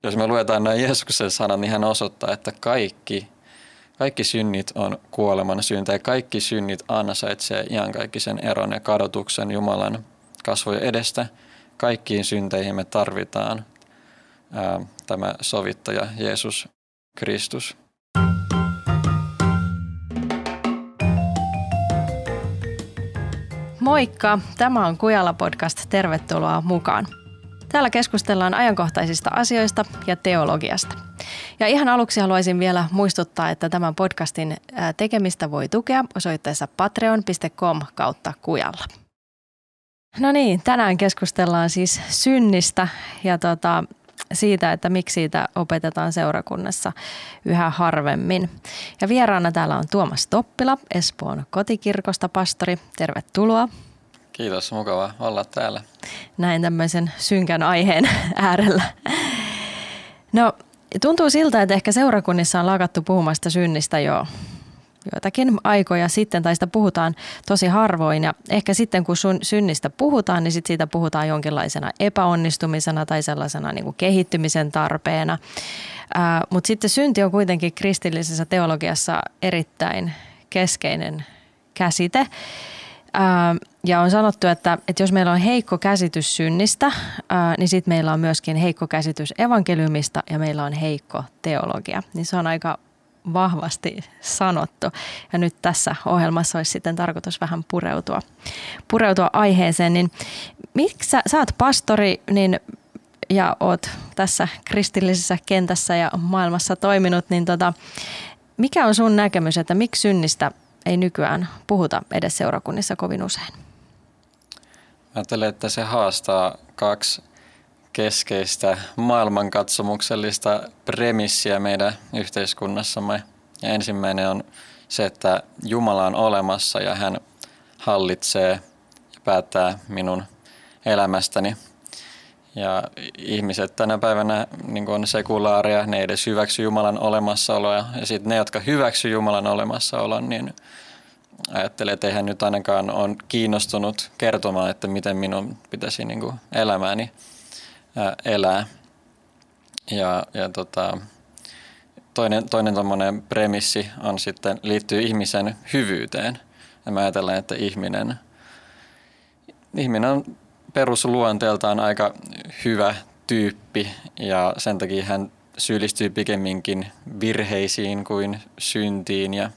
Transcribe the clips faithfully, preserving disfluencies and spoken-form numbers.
Jos me luetaan nämä Jeesuksen sanat, niin hän osoittaa, että kaikki, kaikki synnit on kuoleman syntejä. Kaikki synnit ansaitsee iankaikkisen eron ja kadotuksen Jumalan kasvojen edestä. Kaikkiin synteihin me tarvitaan ää, tämä sovittaja Jeesus Kristus. Moikka! Tämä on Kujala podcast. Tervetuloa mukaan. Täällä keskustellaan ajankohtaisista asioista ja teologiasta. Ja ihan aluksi haluaisin vielä muistuttaa, että tämän podcastin tekemistä voi tukea osoitteessa patreon piste com kautta Kujalla. No niin, tänään keskustellaan siis synnistä ja tota, siitä, että miksi siitä opetetaan seurakunnassa yhä harvemmin. Ja vieraana täällä on Tuomas Toppila, Espoon kotikirkosta pastori. Tervetuloa. Kiitos, mukava olla täällä. Näin tämmöisen synkän aiheen äärellä. No, tuntuu siltä, että ehkä seurakunnissa on lakattu puhumasta synnistä jo joitakin aikoja sitten, tai sitä puhutaan tosi harvoin. Ja ehkä sitten, kun sun synnistä puhutaan, niin sit siitä puhutaan jonkinlaisena epäonnistumisena tai sellaisena niin kuin kehittymisen tarpeena. Ää, mutta sitten synti on kuitenkin kristillisessä teologiassa erittäin keskeinen käsite. Ää, ja on sanottu, että, että jos meillä on heikko käsitys synnistä, ää, niin sitten meillä on myöskin heikko käsitys evankeliumista ja meillä on heikko teologia. Niin se on aika vahvasti sanottu. Ja nyt tässä ohjelmassa olisi sitten tarkoitus vähän pureutua, pureutua aiheeseen. Niin miksi sä, sä oot pastori niin, ja oot tässä kristillisessä kentässä ja maailmassa toiminut, niin tota, mikä on sun näkemys, että miksi synnistä ei nykyään puhuta edes seurakunnissa kovin usein? Ajattelen, että se haastaa kaksi keskeistä maailmankatsomuksellista premissiä meidän yhteiskunnassamme. Ja ensimmäinen on se, että Jumala on olemassa ja hän hallitsee ja päättää minun elämästäni. Ja ihmiset tänä päivänä niin on sekulaaria, ne ei edes hyväksy Jumalan olemassaoloa. Ja sitten ne, jotka hyväksy Jumalan olemassaolon, niin ajattelee, että eihän nyt ainakaan ole kiinnostunut kertomaan, että miten minun pitäisi niin kuin elämääni elää. Ja, ja tota, toinen, toinen tommoinen premissi on sitten, liittyy ihmisen hyvyyteen. Ja mä ajattelen, että ihminen, ihminen on perusluonteeltaan aika hyvä tyyppi ja sen takia hän syyllistyy pikemminkin virheisiin kuin syntiin ja,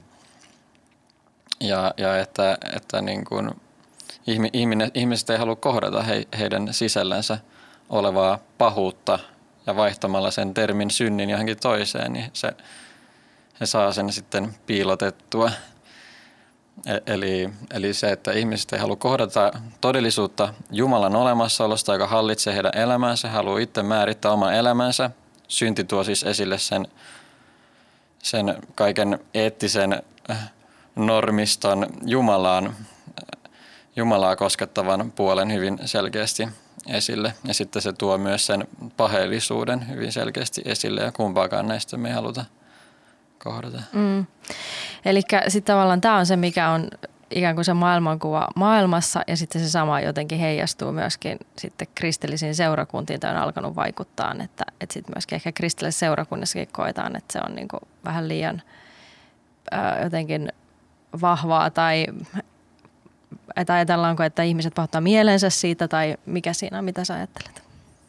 ja, ja että, että niin kuin ihminen, ihmiset ei halua kohdata he, heidän sisällänsä olevaa pahuutta ja vaihtamalla sen termin synnin johonkin toiseen, niin se, he saa sen sitten piilotettua. Eli, eli se, että ihmiset ei halua kohdata todellisuutta Jumalan olemassaolosta, joka hallitsee heidän elämäänsä, haluaa itse määrittää oman elämänsä. Synti tuo siis esille sen, sen kaiken eettisen normiston Jumalaan, Jumalaa koskettavan puolen hyvin selkeästi esille. Ja sitten se tuo myös sen paheellisuuden hyvin selkeästi esille ja kumpaakaan näistä me ei haluta kohdata. Mm. Eli sitten tavallaan tämä on se, mikä on ikään kuin se maailmankuva maailmassa ja sitten se sama jotenkin heijastuu myöskin sitten kristillisiin seurakuntiin tai on alkanut vaikuttaa, että, että sitten myöskin ehkä kristillisessä seurakunnassakin koetaan, että se on niin kuin vähän liian ää, jotenkin vahvaa tai että ajatellaanko, että ihmiset pahoittaa mielensä siitä tai mikä siinä on, mitä sä ajattelet?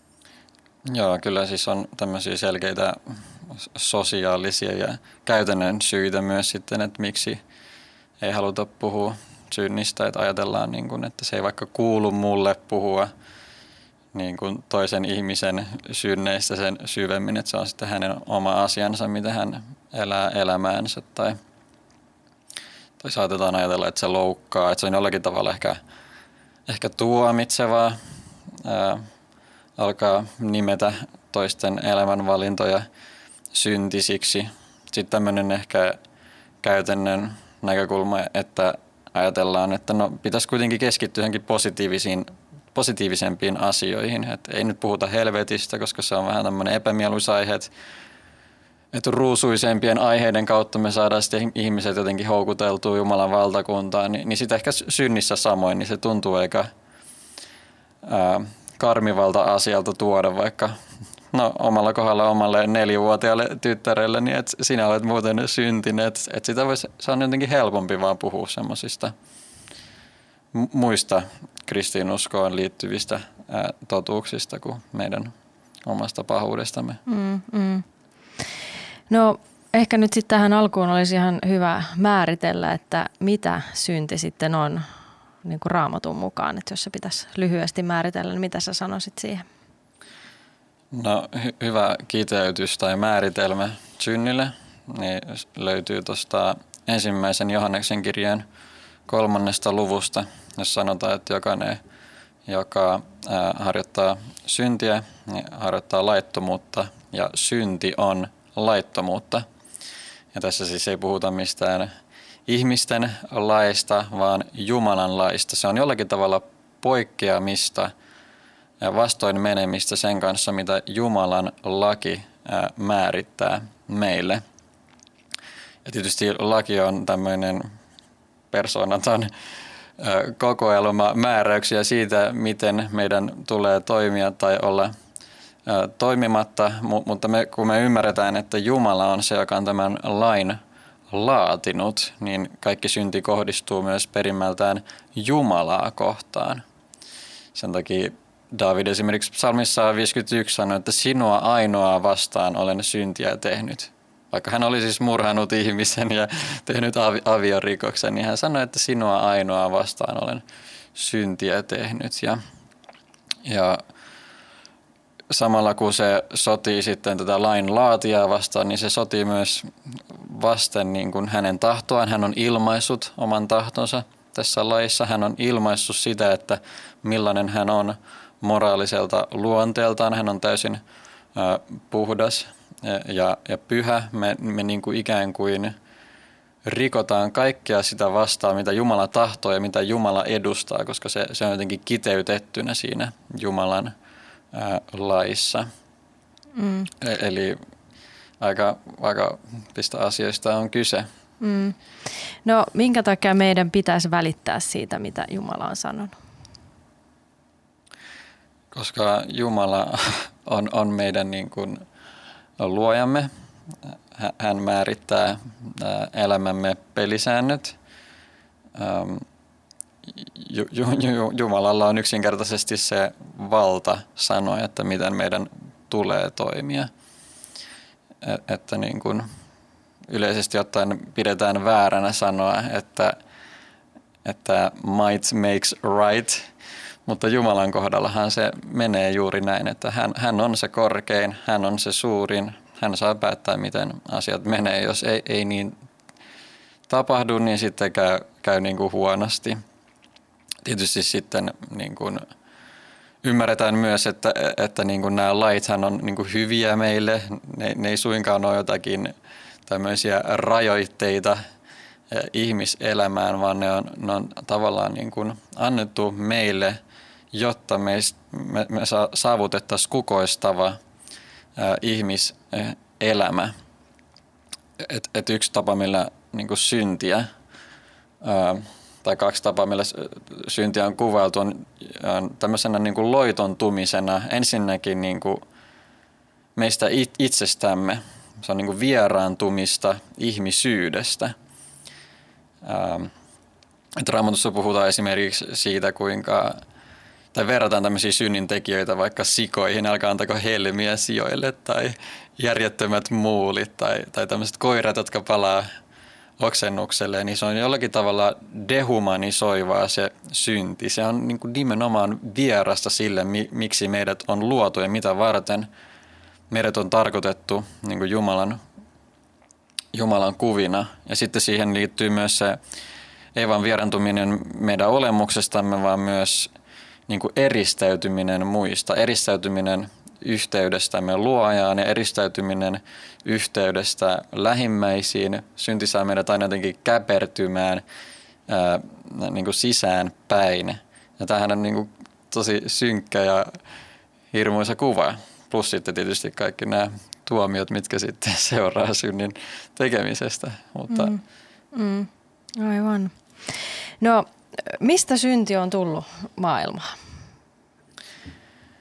Joo, kyllä siis on tämmöisiä selkeitä sosiaalisia ja käytännön syitä myös sitten, että miksi ei haluta puhua synnistä, että ajatellaan, niin kuin, että se ei vaikka kuulu mulle puhua niin kuin toisen ihmisen synneistä sen syvemmin, että se on sitten hänen oma asiansa, miten hän elää elämäänsä tai, tai saatetaan ajatella, että se loukkaa, että se on jollakin tavalla ehkä, ehkä tuomitsevaa, ää, alkaa nimetä toisten elämänvalintoja syntisiksi. Sitten tämmöinen ehkä käytännön näkökulma, että ajatellaan, että no pitäisi kuitenkin keskittyä johonkin positiivisiin, positiivisempiin asioihin. Että ei nyt puhuta helvetistä, koska se on vähän tämmöinen epämieluisa aihe, että, että ruusuisempien aiheiden kautta me saadaan sitten ihmiset jotenkin houkuteltua Jumalan valtakuntaan. Niin, niin sitten ehkä synnissä samoin, niin se tuntuu aika ää, karmivalta asialta tuoda vaikka no omalla kohdalla omalle nelivuotiaalle tyttärelle, niin että sinä olet muuten syntynyt. Että et sitä voisi, se on jotenkin helpompi vaan puhua semmoisista muista kristinuskoon liittyvistä ää, totuuksista kuin meidän omasta pahuudestamme. Mm, mm. No ehkä nyt sitten tähän alkuun olisi ihan hyvä määritellä, että mitä synti sitten on niin kuin Raamatun mukaan. Että jos se pitäisi lyhyesti määritellä, niin mitä sä sanoisit siihen? No hy- hyvä kiteytys tai määritelmä synnille niin löytyy tuosta ensimmäisen Johanneksen kirjeen kolmannesta luvusta, jos sanotaan, että jokainen, joka ää, harjoittaa syntiä, niin harjoittaa laittomuutta ja synti on laittomuutta. Ja tässä siis ei puhuta mistään ihmisten laista, vaan Jumalan laista. Se on jollakin tavalla poikkeamista ja vastoin menemistä sen kanssa, mitä Jumalan laki ää, määrittää meille. Ja tietysti laki on tämmöinen persoonaton kokoelma määräyksiä siitä, miten meidän tulee toimia tai olla toimimatta, mutta me, kun me ymmärretään, että Jumala on se, joka on tämän lain laatinut, niin kaikki synti kohdistuu myös perimmältään Jumalaa kohtaan. Sen takia Daavid esimerkiksi psalmissa viisikymmentäyksi sanoi, että sinua ainoaa vastaan olen syntiä tehnyt. Vaikka hän oli siis murhannut ihmisen ja tehnyt aviorikoksen, niin hän sanoi, että sinua ainoaa vastaan olen syntiä tehnyt. Ja, ja samalla kun se sotii sitten tätä lain laatijaa vastaan, niin se sotii myös vasten niin kuin hänen tahtoaan. Hän on ilmaissut oman tahtonsa tässä laissa. Hän on ilmaissut sitä, että millainen hän on moraaliselta luonteeltaan. Hän on täysin äh, puhdas ja, ja pyhä. Me, me niin kuin ikään kuin rikotaan kaikkea sitä vastaan, mitä Jumala tahtoo ja mitä Jumala edustaa, koska se, se on jotenkin kiteytettynä siinä Jumalan ää, laissa. Mm. Eli aika, aika pistä asioista on kyse. Mm. No minkä takia meidän pitäisi välittää siitä, mitä Jumala on sanonut? Koska Jumala on, on meidän niin kuin luojamme. Hän määrittää elämämme pelisäännöt. Jumalalla on yksinkertaisesti se valta sanoa, että miten meidän tulee toimia. Että niin kuin yleisesti ottaen pidetään vääränä sanoa, että, että might makes right, mutta Jumalan kohdallahan se menee juuri näin, että hän, hän on se korkein, hän on se suurin. Hän saa päättää, miten asiat menee. Jos ei, ei niin tapahdu, niin sitten käy, käy niin kuin huonosti. Tietysti sitten niin kuin ymmärretään myös, että, että niin kuin nämä laithan on niin kuin hyviä meille. Ne, ne ei suinkaan ole jotakin tämmöisiä rajoitteita ihmiselämään, vaan ne on, ne on tavallaan niin kuin annettu meille, jotta me, me, me saavutettaisiin kukoistava ihmiselämä. Et, et yksi tapa, millä niin kuin syntiä, ää, tai kaksi tapaa, millä syntiä on kuvailtu, on, on tämmöisenä niin kuin loitontumisena. Ensinnäkin niin kuin meistä it, itsestämme. Se on niin kuin vieraantumista ihmisyydestä. Ää, et Raamatussa puhutaan esimerkiksi siitä, kuinka tai verrataan tämmöisiä synnintekijöitä vaikka sikoihin, älkää antako helmiä sijoille, tai järjettömät muulit, tai, tai tämmöiset koirat, jotka palaa oksennukselle, niin se on jollakin tavalla dehumanisoivaa se synti. Se on niin kuin nimenomaan vierasta sille, miksi meidät on luotu ja mitä varten meidät on tarkoitettu niin kuin Jumalan, Jumalan kuvina. Ja sitten siihen liittyy myös se, ei vaan vierantuminen meidän olemuksestamme, vaan myös niin kuin eristäytyminen muista, eristäytyminen yhteydestämme luojaan ja eristäytyminen yhteydestä lähimmäisiin. Synti saa meidät aina jotenkin käpertymään ää, niin kuin sisään päin. Ja tämähän on niin kuin tosi synkkä ja hirmuisa kuva. Plus sitten tietysti kaikki nämä tuomiot, mitkä sitten seuraa synnin tekemisestä. Mutta mm, mm, aivan. No, mistä synti on tullut maailmaan?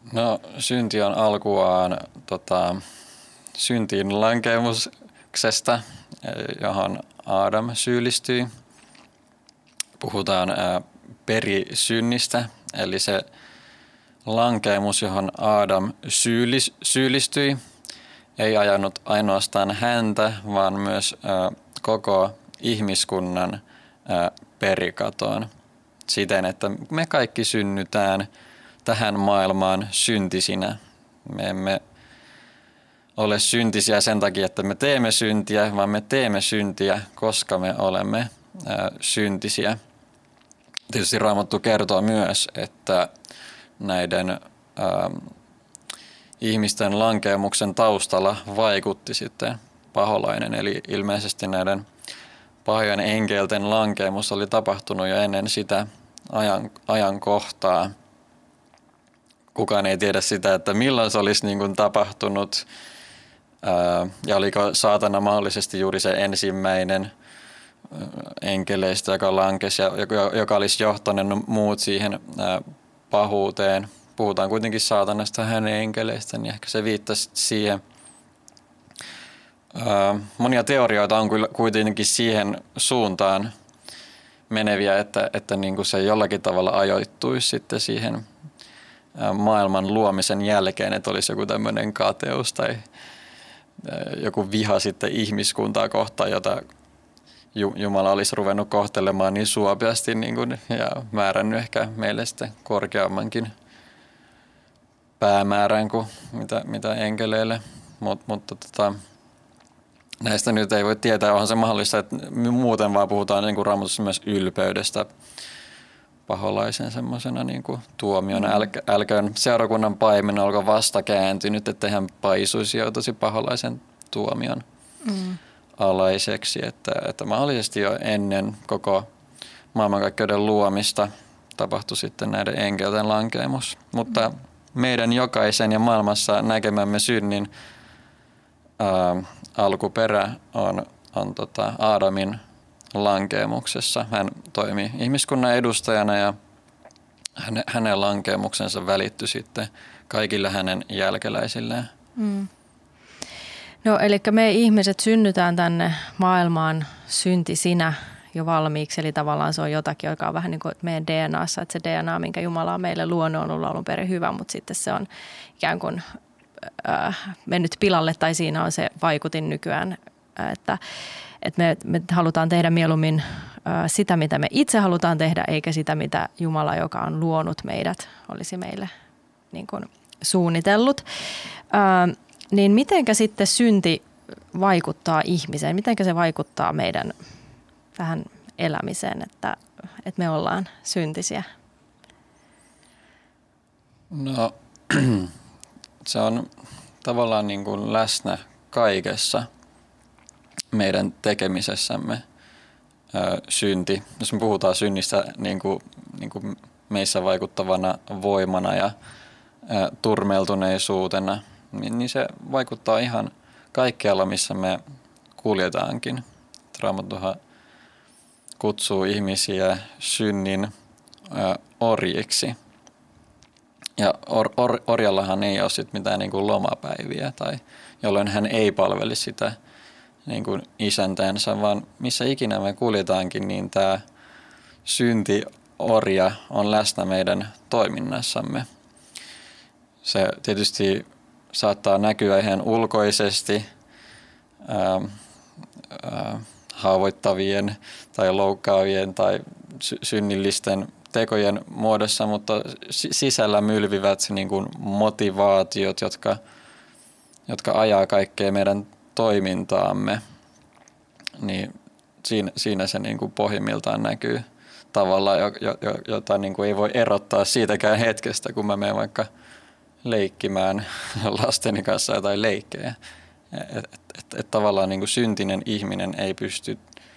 No synti on alkuaan tota, syntiin lankemuksesta, johon Aadam syyllistyi. Puhutaan ää, perisynnistä, eli se lankeemus, johon Aadam syyllis, syyllistyi, ei ajanut ainoastaan häntä, vaan myös ää, koko ihmiskunnan ää, perikatoon. Siten, että me kaikki synnytään tähän maailmaan syntisinä. Me emme ole syntisiä sen takia, että me teemme syntiä, vaan me teemme syntiä, koska me olemme ää, syntisiä. Tietysti Raamattu kertoo myös, että näiden ää, ihmisten lankeemuksen taustalla vaikutti sitten paholainen. Eli ilmeisesti näiden pahojen enkelten lankeemus oli tapahtunut jo ennen sitä ajan, ajankohtaa. Kukaan ei tiedä sitä, että milloin se olisi niin kuin tapahtunut ää, ja oliko saatana mahdollisesti juuri se ensimmäinen enkeleistä, joka lankesi ja joka, joka olisi johtanut muut siihen ää, pahuuteen. Puhutaan kuitenkin saatanasta hänen enkeleistä, niin ehkä se viittasi siihen. Ää, monia teorioita on kuitenkin siihen suuntaan meneviä, että, että niin kuin se jollakin tavalla ajoittuisi sitten siihen maailman luomisen jälkeen, että olisi joku tämmöinen kateus tai joku viha sitten ihmiskuntaa kohtaan, jota Jumala olisi ruvennut kohtelemaan niin suopeasti niin kuin, ja määrännyt ehkä meille sitten korkeammankin päämäärän kuin mitä, mitä enkeleille. Mut, mutta tota, näistä nyt ei voi tietää, onhan se mahdollista, että muuten vaan puhutaan niin kuin Raamatussa myös ylpeydestä paholaisen semmoisena niin kuin tuomiona. Äl, älköön seurakunnan paimen olko vasta kääntynyt, ettei hän paisuisi joutuisi paholaisen tuomion mm. alaiseksi. Että, että mahdollisesti jo ennen koko maailmankaikkeuden luomista tapahtui sitten näiden enkelten lankeemus. Mutta mm. meidän jokaisen ja maailmassa näkemämme synnin ää, alkuperä on, on tota Aadamin lankeemuksessa. Hän toimi ihmiskunnan edustajana ja häne, hänen lankeemuksensa välittyi sitten kaikille hänen jälkeläisilleen. Mm. No eli me ihmiset synnytään tänne maailmaan syntisinä jo valmiiksi, eli tavallaan se on jotakin, joka on vähän niin kuin meidän D N A:ssa, että se D N A, minkä Jumala on meille luonut, on ollut alun perin hyvä, mutta sitten se on ikään kuin äh, mennyt pilalle tai siinä on se vaikutin nykyään, että Että me, me halutaan tehdä mieluummin ä, sitä, mitä me itse halutaan tehdä, eikä sitä, mitä Jumala, joka on luonut meidät, olisi meille niin kuin suunnitellut. Ä, niin mitenkä sitten synti vaikuttaa ihmiseen? Mitenkä se vaikuttaa meidän tähän elämiseen, että, että me ollaan syntisiä? No se on tavallaan niin kuin läsnä kaikessa meidän tekemisessämme ö, synti. Jos me puhutaan synnistä niin kuin, niin kuin meissä vaikuttavana voimana ja ö, turmeltuneisuutena, niin, niin se vaikuttaa ihan kaikkialla, missä me kuljetaankin. Raamattuhan kutsuu ihmisiä synnin ö, orjiksi. Ja or, or, orjallahan ei ole sit mitään niin kuin lomapäiviä, tai jolloin hän ei palveli sitä niin kuin isäntänsä, vaan missä ikinä me kuljetaankin, niin tämä syntiorja on läsnä meidän toiminnassamme. Se tietysti saattaa näkyä ihan ulkoisesti ää, ää, haavoittavien tai loukkaavien tai sy- synnillisten tekojen muodossa, mutta sisällä mylvivät niin kuin motivaatiot, jotka, jotka ajaa kaikkea meidän toimintaamme, niin siinä, siinä se niin kuin pohjimmiltaan näkyy tavalla, jota niin kuin ei voi erottaa siitäkään hetkestä, kun mä menen vaikka leikkimään lasteni kanssa jotain leikkejä. Et, et, et, et tavallaan niin kuin syntinen ihminen ei pysty,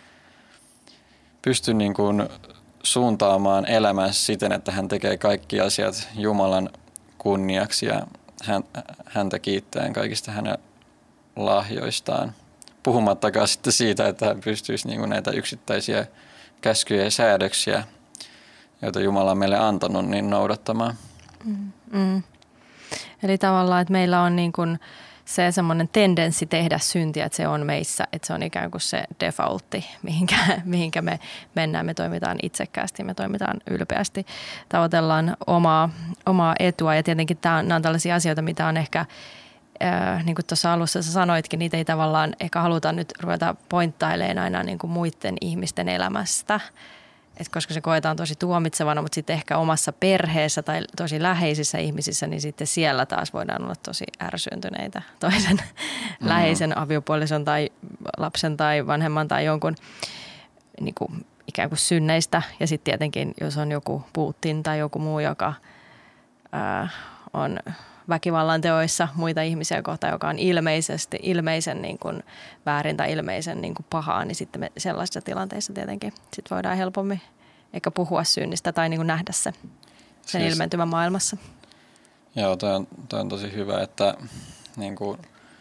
pysty niin kuin suuntaamaan elämänsä siten, että hän tekee kaikki asiat Jumalan kunniaksi ja hän, häntä kiittäen kaikista hänen lahjoistaan. Puhumattakaan sitten siitä, että hän pystyisi niin kuin näitä yksittäisiä käskyjä ja säädöksiä, joita Jumala on meille antanut, niin noudattamaan. Mm, mm. Eli tavallaan, että meillä on niin kuin se semmoinen tendenssi tehdä syntiä, että se on meissä, että se on ikään kuin se defaultti, mihinkä, mihinkä me mennään. Me toimitaan itsekkäästi, me toimitaan ylpeästi, tavoitellaan omaa, omaa etua ja tietenkin tämä on, nämä on tällaisia asioita, mitä on ehkä, ää, niin kuin tuossa alussa sä sanoitkin, niitä ei tavallaan ehkä haluta nyt ruveta pointtailemaan aina niin kuin muiden ihmisten elämästä. Et koska se koetaan tosi tuomitsevana, mutta sitten ehkä omassa perheessä tai tosi läheisissä ihmisissä, niin sitten siellä taas voidaan olla tosi ärsyyntyneitä toisen mm. läheisen aviopuolison tai lapsen tai vanhemman tai jonkun niin kuin, ikään kuin synneistä. Ja sitten tietenkin, jos on joku Putin tai joku muu, joka ää, on väkivallan teoissa muita ihmisiä kohtaan, joka on ilmeisesti, ilmeisen niin kuin väärin tai ilmeisen niin kuin pahaa, niin sitten me sellaisissa tilanteissa tietenkin sit voidaan helpommin eikä puhua synnistä tai niin kuin nähdä se sen siis, ilmentymä maailmassa. Joo, toi on, toi on tosi hyvä, että niin kuin,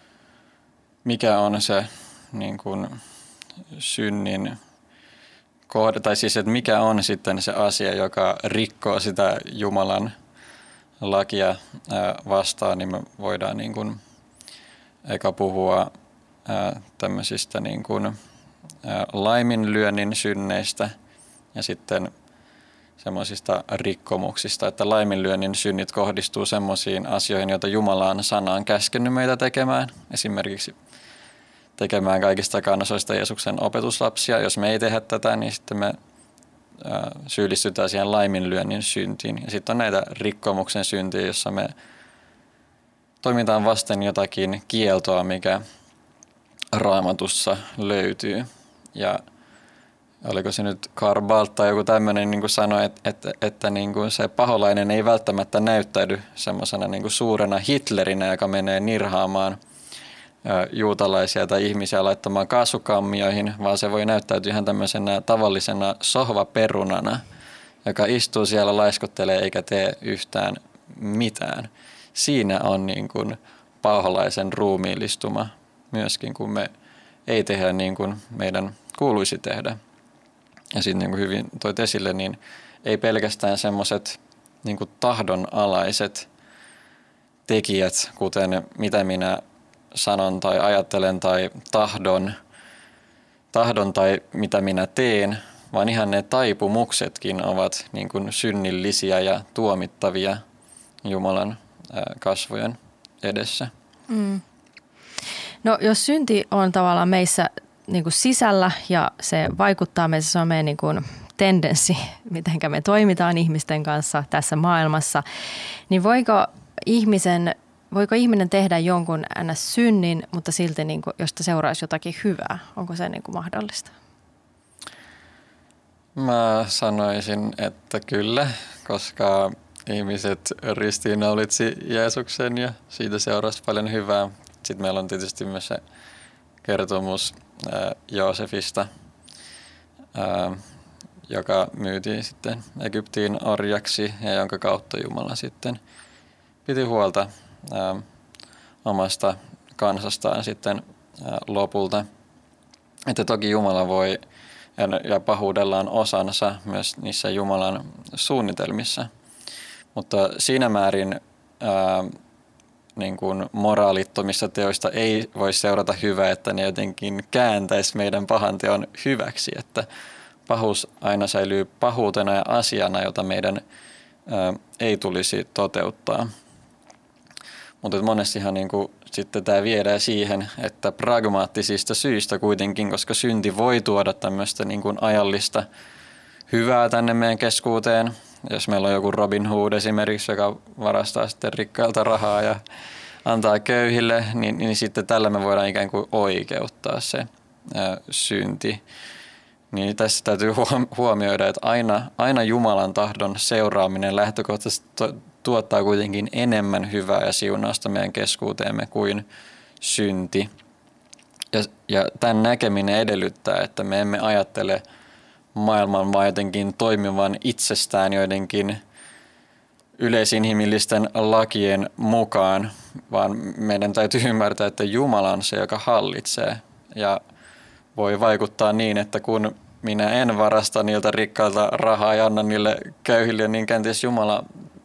mikä on se niin kuin, synnin kohde, tai siis että mikä on sitten se asia, joka rikkoo sitä Jumalan lakia vastaan, niin me voidaan niin kuin eka puhua tämmöisistä niin kuin laiminlyönnin synneistä ja sitten semmoisista rikkomuksista, että laiminlyönnin synnit kohdistuu semmoisiin asioihin, joita Jumala on sanaan käskenyt meitä tekemään. Esimerkiksi tekemään kaikista kansaista Jeesuksen opetuslapsia. Jos me ei tehdä tätä, niin sitten me syyllistytään siihen laiminlyönnin syntiin. Ja sitten on näitä rikkomuksen syntiä, jossa me toimitaan vasten jotakin kieltoa, mikä Raamatussa löytyy. Ja oliko se nyt Karl Barth tai joku tämmöinen niin kuin sanoi, että, että, että niin kuin se paholainen ei välttämättä näyttäydy semmoisena niin kuin suurena Hitlerinä, joka menee nirhaamaan juutalaisia tai ihmisiä laittamaan kaasukammioihin, vaan se voi näyttäytyä ihan tämmöisenä tavallisena sohvaperunana, joka istuu siellä, laiskottelee eikä tee yhtään mitään. Siinä on niin kuin paholaisen ruumiillistuma myöskin, kun me ei tehdä niin kuin meidän kuuluisi tehdä. Ja sitten niin kuin hyvin toit esille, niin ei pelkästään semmoiset niin kuin tahdonalaiset tekijät, kuten mitä minä sanon tai ajattelen tai tahdon, tahdon tai mitä minä teen, vaan ihan ne taipumuksetkin ovat niin kuin synnillisiä ja tuomittavia Jumalan kasvojen edessä. Mm. No jos synti on tavallaan meissä niin kuin sisällä ja se vaikuttaa meissä, se on meidän niin kuin tendenssi, miten me toimitaan ihmisten kanssa tässä maailmassa, niin voiko ihmisen Voiko ihminen tehdä jonkun ns. Synnin, mutta silti niin kuin, josta seuraisi jotakin hyvää? Onko se niin kuin mahdollista? Mä sanoisin, että kyllä, koska ihmiset ristiinnaulitsi Jeesuksen ja siitä seurasi paljon hyvää. Sitten meillä on tietysti myös se kertomus ää, Joosefista, ää, joka myytiin sitten Egyptiin orjaksi ja jonka kautta Jumala sitten piti huolta Ää, omasta kansastaan sitten ää, lopulta. Että toki Jumala voi ja, ja pahuudella on osansa myös niissä Jumalan suunnitelmissa. Mutta siinä määrin ää, niin kuin moraalittomista teoista ei voi seurata hyvää, että ne jotenkin kääntäisi meidän pahanteon hyväksi. Että pahuus aina säilyy pahuutena ja asiana, jota meidän ää, ei tulisi toteuttaa. Mutta monestihan niin kuin, sitten tämä viedään siihen, että pragmaattisista syistä kuitenkin, koska synti voi tuoda tämmöistä niin kuin ajallista hyvää tänne meidän keskuuteen. Jos meillä on joku Robin Hood esimerkiksi, joka varastaa sitten rikkailta rahaa ja antaa köyhille, niin, niin sitten tällä me voidaan ikään kuin oikeuttaa se ää, synti. Niin tässä täytyy huomioida, että aina, aina Jumalan tahdon seuraaminen lähtökohtaisesti to, tuottaa kuitenkin enemmän hyvää ja siunausta meidän keskuuteemme kuin synti. Ja, ja tämän näkeminen edellyttää, että me emme ajattele maailman vaan jotenkin toimivan itsestään joidenkin yleisinhimillisten lakien mukaan, vaan meidän täytyy ymmärtää, että Jumala on se, joka hallitsee ja voi vaikuttaa niin, että kun minä en varasta niiltä rikkailta rahaa ja anna niille köyhille, niin kenties Jumala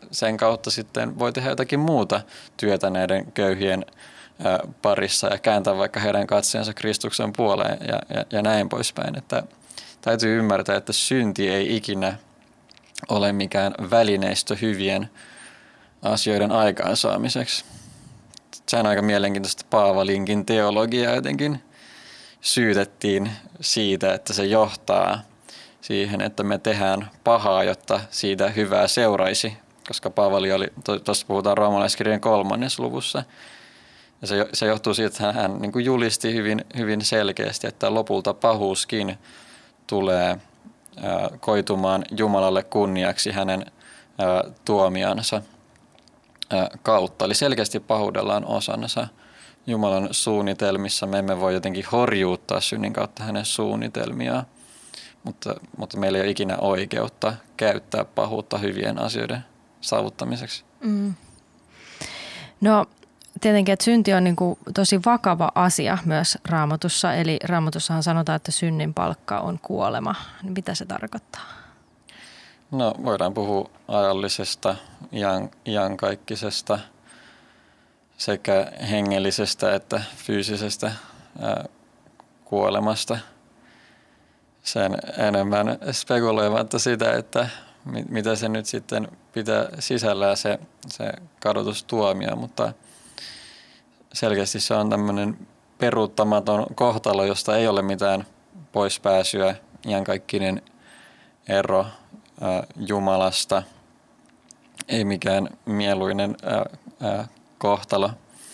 sen kautta sitten voi tehdä jotakin muuta työtä näiden köyhien parissa ja kääntää vaikka heidän katseensa Kristuksen puoleen ja, ja, ja näin poispäin. Että täytyy ymmärtää, että synti ei ikinä ole mikään välineistö hyvien asioiden aikaansaamiseksi. Se on aika mielenkiintoista. Paavalinkin teologiaa jotenkin syytettiin siitä, että se johtaa siihen, että me tehdään pahaa, jotta siitä hyvää seuraisi. Koska Paavali oli, tuossa puhutaan roomalaiskirjan kolmannes luvussa, ja se, se johtuu siitä, että hän, hän niin kuin julisti hyvin, hyvin selkeästi, että lopulta pahuuskin tulee ää, koitumaan Jumalalle kunniaksi hänen ää, tuomiansa ää, kautta. Eli selkeästi pahuudella on osansa Jumalan suunnitelmissa. Me emme voi jotenkin horjuuttaa synnin kautta hänen suunnitelmiaan, mutta, mutta meillä ei ole ikinä oikeutta käyttää pahuutta hyvien asioiden saavuttamiseksi. Mm. No tietenkin, että synti on niin kuin tosi vakava asia myös Raamatussa. Eli Raamatussahan sanotaan, että synnin palkka on kuolema. Niin mitä se tarkoittaa? No voidaan puhua ajallisesta, iän, iankaikkisesta sekä hengellisestä että fyysisestä ää, kuolemasta. Sen enemmän spekuloimatta sitä, että mit, mitä se nyt sitten pitää sisällään se, se kadotustuomio, mutta selkeästi se on tämmöinen peruuttamaton kohtalo, josta ei ole mitään poispääsyä, iankaikkinen ero ää, Jumalasta, ei mikään mieluinen ää, ää, kohtalo.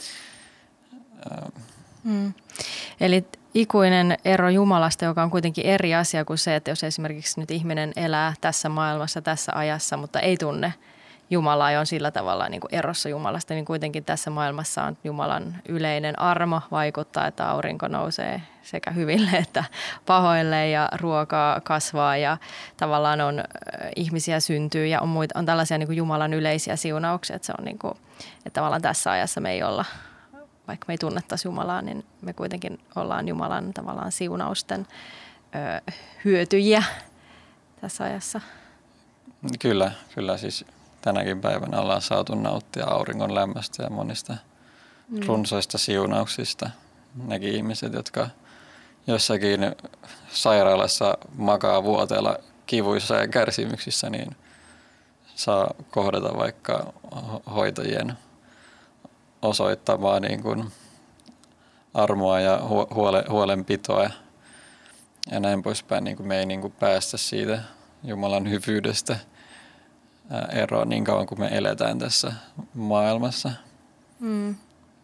Mm. Eli ikuinen ero Jumalasta, joka on kuitenkin eri asia kuin se, että jos esimerkiksi nyt ihminen elää tässä maailmassa, tässä ajassa, mutta ei tunne Jumalaa ja on sillä tavalla niin kuin erossa Jumalasta, niin kuitenkin tässä maailmassa on Jumalan yleinen armo vaikuttaa, että aurinko nousee sekä hyville että pahoille ja ruokaa kasvaa ja tavallaan on ihmisiä syntyy ja on, muita, on tällaisia niin kuin Jumalan yleisiä siunauksia, että se on niin kuin, että tavallaan tässä ajassa me ei olla, vaikka me ei tunnettaisi Jumalaa, niin me kuitenkin ollaan Jumalan tavallaan siunausten ö, hyötyjiä tässä ajassa. Kyllä, kyllä siis tänäkin päivänä ollaan saatu nauttia auringon lämmöstä ja monista mm. runsaista siunauksista. Nekin ihmiset, jotka jossakin sairaalassa makaa vuoteella kivuissa ja kärsimyksissä, niin saa kohdata vaikka hoitajien osoittamaa niin kuin armoa ja huole, huolenpitoa ja näin poispäin. Niin kuin me ei niin kuin päästä siitä Jumalan hyvyydestä eroon niin kauan kuin me eletään tässä maailmassa. Mm.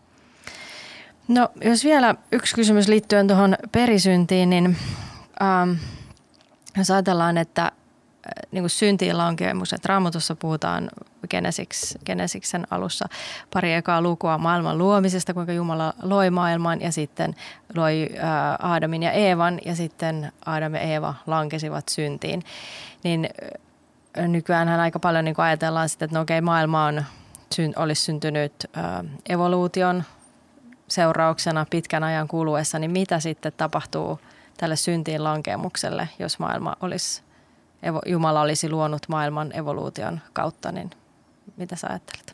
No jos vielä yksi kysymys liittyen tuohon perisyntiin, niin ähm, jos ajatellaan, että niin kuin syntiin lankemus, että Raamatussa puhutaan Genesiks, Genesiksen alussa pari ekaa lukua maailman luomisesta, kuinka Jumala loi maailman ja sitten loi ää, Aadamin ja Eevan ja sitten Aadam ja Eeva lankesivat syntiin. Niin nykyäänhän aika paljon niin kuin ajatellaan sitä, että no okei, maailma on, olisi syntynyt ää, evoluution seurauksena pitkän ajan kuluessa, niin mitä sitten tapahtuu tälle syntiin lankemukselle, jos maailma olisi Jumala olisi luonut maailman evoluution kautta, niin mitä sä ajattelet?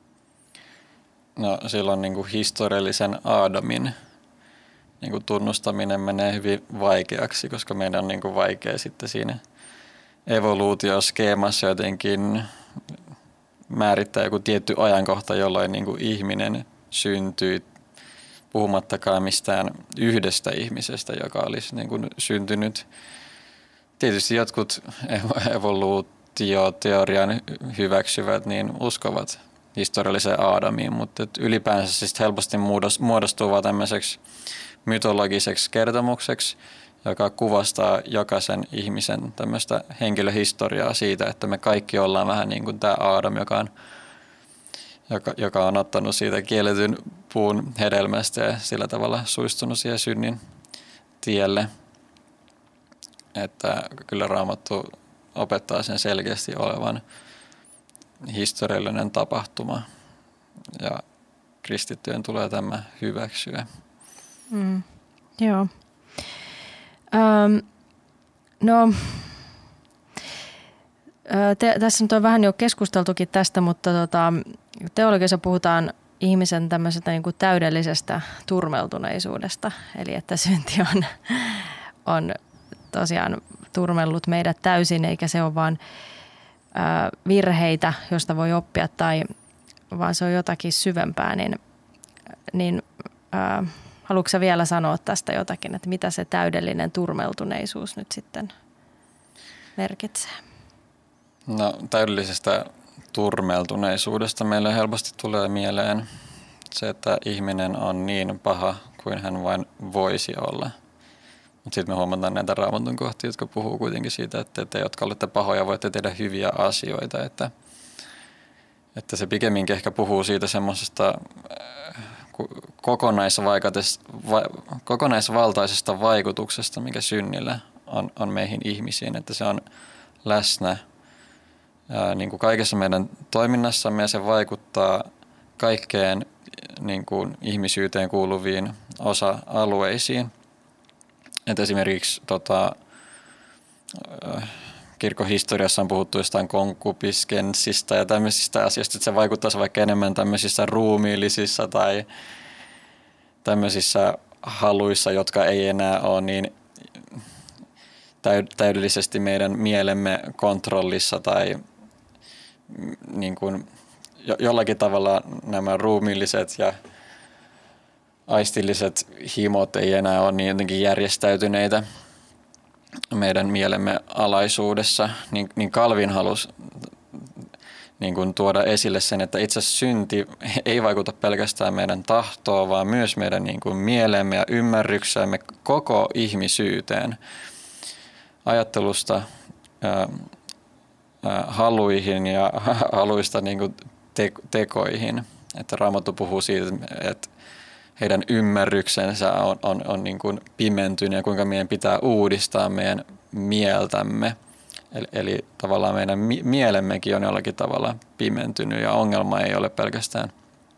No silloin niin kuin historiallisen Aadamin niin kuin tunnustaminen menee hyvin vaikeaksi, koska meidän on niin kuin vaikea sitten siinä evoluutioskeemassa jotenkin määrittää joku tietty ajankohta, jolloin niin kuin ihminen syntyi, puhumattakaan mistään yhdestä ihmisestä, joka olisi niin kuin syntynyt. Tietysti jotkut evoluutioteorian hyväksyvät, niin uskovat historialliseen Aadamiin, mutta ylipäänsä siis helposti muodostuu vaan tämmöiseksi mytologiseksi kertomukseksi, joka kuvastaa jokaisen ihmisen tämmöistä henkilöhistoriaa siitä, että me kaikki ollaan vähän niin kuin tämä Aadam, joka on, joka, joka on ottanut siitä kielletyn puun hedelmästä ja sillä tavalla suistunut siihen synnin tielle. Että kyllä Raamattu opettaa sen selkeästi olevan historiallinen tapahtuma ja kristittyjen tulee tämä hyväksyä. Mm, joo. Öm, no, Te, tässä nyt on vähän jo keskusteltukin tästä, mutta tota, teologiassa puhutaan ihmisen tämmöisestä niin kuin täydellisestä turmeltuneisuudesta. Eli että synti on, on tosiaan turmellut meidät täysin, eikä se ole vaan ää, virheitä, josta voi oppia, tai vaan se on jotakin syvempää. Niin, niin ää, haluatko sä vielä sanoa tästä jotakin, että mitä se täydellinen turmeltuneisuus nyt sitten merkitsee? No, täydellisestä turmeltuneisuudesta meille helposti tulee mieleen se, että ihminen on niin paha kuin hän vain voisi olla. Mutta sitten me huomataan näitä Raamatun kohtia, jotka puhuu kuitenkin siitä, että te, jotka olette pahoja, voitte tehdä hyviä asioita. Että, että se pikemminkin ehkä puhuu siitä semmoisesta kokonaisvaltaisesta vaikutuksesta, mikä synnillä on, on meihin ihmisiin. Että se on läsnä ää, niin kuin kaikessa meidän toiminnassamme ja se vaikuttaa kaikkeen niin kuin ihmisyyteen kuuluviin osa-alueisiin. Et esimerkiksi tota, kirkon historiassa on puhuttu jostain konkupiskenssista ja tämmöisistä asioista, että se vaikuttaisi vaikka enemmän tämmöisissä ruumiillisissa tai tämmöisissä haluissa, jotka ei enää ole niin täydellisesti meidän mielemme kontrollissa tai niin kuin jollakin tavalla nämä ruumiilliset ja aistilliset himot ei enää ole niin jotenkin järjestäytyneitä meidän mielemme alaisuudessa, niin, niin Calvin halusi niin kuin tuoda esille sen, että itse synti ei vaikuta pelkästään meidän tahtoon, vaan myös meidän niin kuin mieleemme ja ymmärryksemme koko ihmisyyteen, ajattelusta ää, ää, haluihin ja haluista niin kuin te- tekoihin. Että Raamattu puhuu siitä, että heidän ymmärryksensä on, on, on niin kuin pimentynyt ja kuinka meidän pitää uudistaa meidän mieltämme. Eli, eli tavallaan meidän mi- mielemmekin on jollakin tavalla pimentynyt ja ongelma ei ole pelkästään,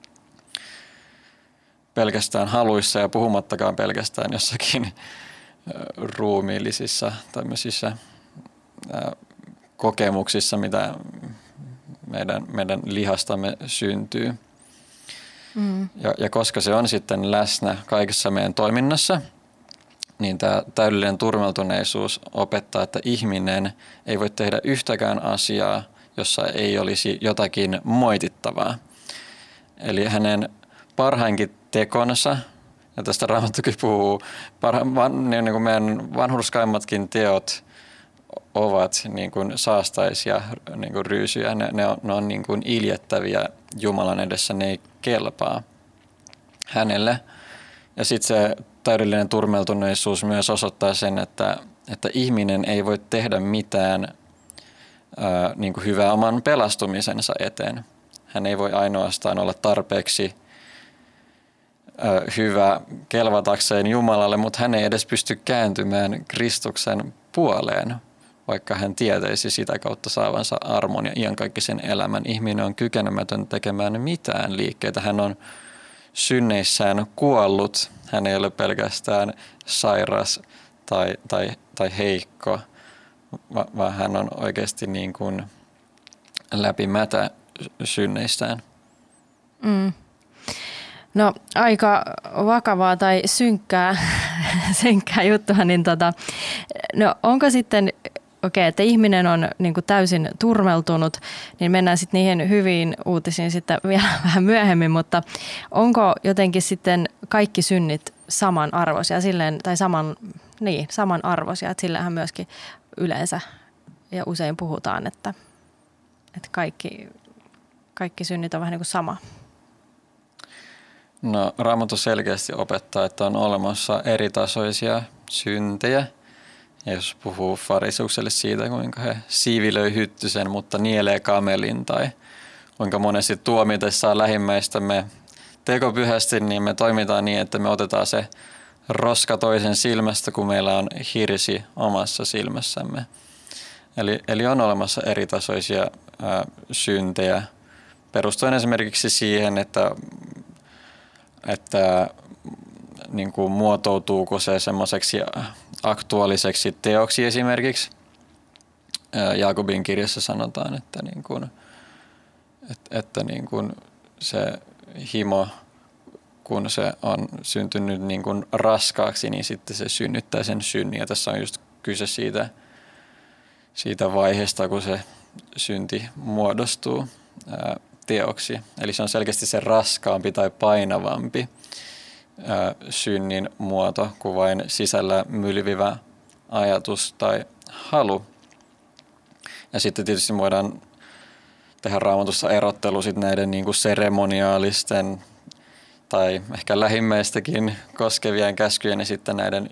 pelkästään haluissa ja puhumattakaan pelkästään jossakin ruumiillisissa tämmöisissä ää, kokemuksissa, mitä meidän, meidän lihastamme syntyy. Mm. Ja, ja koska se on sitten läsnä kaikessa meidän toiminnassa, niin tämä täydellinen turmeltuneisuus opettaa, että ihminen ei voi tehdä yhtäkään asiaa, jossa ei olisi jotakin moitittavaa. Eli hänen parhainkin tekonsa, ja tästä Raamattukin puhuu, parha, van, niin kuin meidän vanhurskaimmatkin teot ovat niin kuin saastaisia niin kuin ryysyjä. Ne, ne on, ne on niin kuin iljettäviä Jumalan edessä, ne ei kelpaa hänelle. Ja sitten se täydellinen turmeltuneisuus myös osoittaa sen, että, että ihminen ei voi tehdä mitään ää, niin kuin hyvää oman pelastumisensa eteen. Hän ei voi ainoastaan olla tarpeeksi ää, hyvä kelvatakseen Jumalalle, mutta hän ei edes pysty kääntymään Kristuksen puoleen, vaikka hän tietäisi sitä kautta saavansa armon ja iankaikkisen elämän. Ihminen on kykenemätön tekemään mitään liikkeitä. Hän on synneissään kuollut. Hän ei ole pelkästään sairas tai, tai, tai heikko, vaan hän on oikeasti niin kuin läpimätä synneissään. Mm. No aika vakavaa tai synkkää, synkkää juttua, niin tota, no onko sitten, okei, okay, että ihminen on niin kuin täysin turmeltunut, niin mennään sitten niihin hyviin uutisiin sitten vielä vähän myöhemmin, mutta onko jotenkin sitten kaikki synnit samanarvoisia silleen, tai saman, niin, samanarvoisia, että sillähän myöskin yleensä ja usein puhutaan, että, että kaikki, kaikki synnit on vähän niin kuin sama. No Raamattu selkeästi opettaa, että on olemassa eritasoisia syntejä. Ja jos puhuu fariseukselle siitä, kuinka he siivilöi hyttysen, mutta nielee kamelin, tai kuinka monesti tuomitessaan lähimmäistämme tekopyhästi, niin me toimitaan niin, että me otetaan se roska toisen silmästä, kun meillä on hirsi omassa silmässämme. Eli, eli on olemassa eritasoisia ää, syntejä, perustuen esimerkiksi siihen, että, että niin kuin muotoutuuko se semmoiseksi aktuaaliseksi teoksi esimerkiksi, Jaakobin kirjassa sanotaan, että, niin kuin, että, että niin kuin se himo, kun se on syntynyt niin kuin raskaaksi, niin sitten se synnyttää sen synnin. Ja tässä on just kyse siitä, siitä vaiheesta, kun se synti muodostuu ää, teoksi. Eli se on selkeästi se raskaampi tai painavampi ää, synnin muoto kuin vain sisällä mylvivä ajatus tai halu. Ja sitten tietysti voidaan tehdä Raamatussa erottelu sit näiden niin kuin seremoniaalisten tai ehkä lähimmäistäkin koskevien käskyjen ja sitten näiden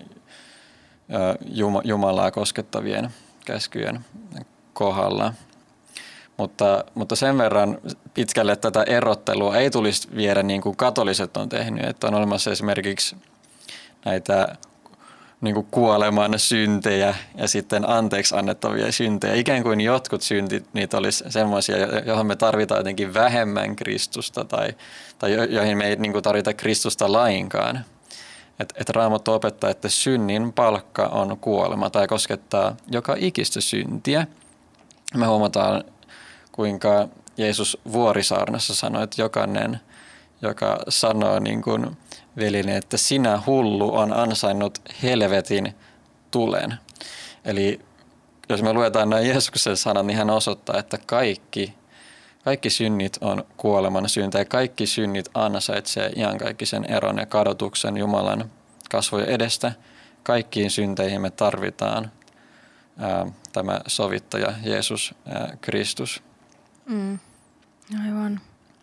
Jumalaa koskettavien käskyjen kohdalla. Mutta, mutta sen verran pitkälle tätä erottelua ei tulisi viedä niin kuin katoliset on tehnyt, että on olemassa esimerkiksi näitä niin kuin kuoleman syntejä ja sitten anteeksi annettavia syntejä. Ikään kuin jotkut syntit, niitä olisi semmoisia, joihin me tarvitaan jotenkin vähemmän Kristusta tai, tai joihin me ei niin kuin tarvita Kristusta lainkaan. Et, et Raamattu opettaa, että synnin palkka on kuolema tai koskettaa joka ikistä syntiä. Me huomataan, kuinka Jeesus Vuorisaarnassa sanoi, että jokainen, joka sanoo niin kuin velini, että sinä hullu on ansainnut helvetin tulen. Eli jos me luetaan nämä Jeesuksen sanat, niin hän osoittaa, että kaikki, kaikki synnit on kuoleman syntejä. Kaikki synnit ansaitsee iankaikkisen eron ja kadotuksen Jumalan kasvojen edestä. Kaikkiin synteihin me tarvitaan ää, tämä sovittaja Jeesus ää, Kristus. Mm, aivan.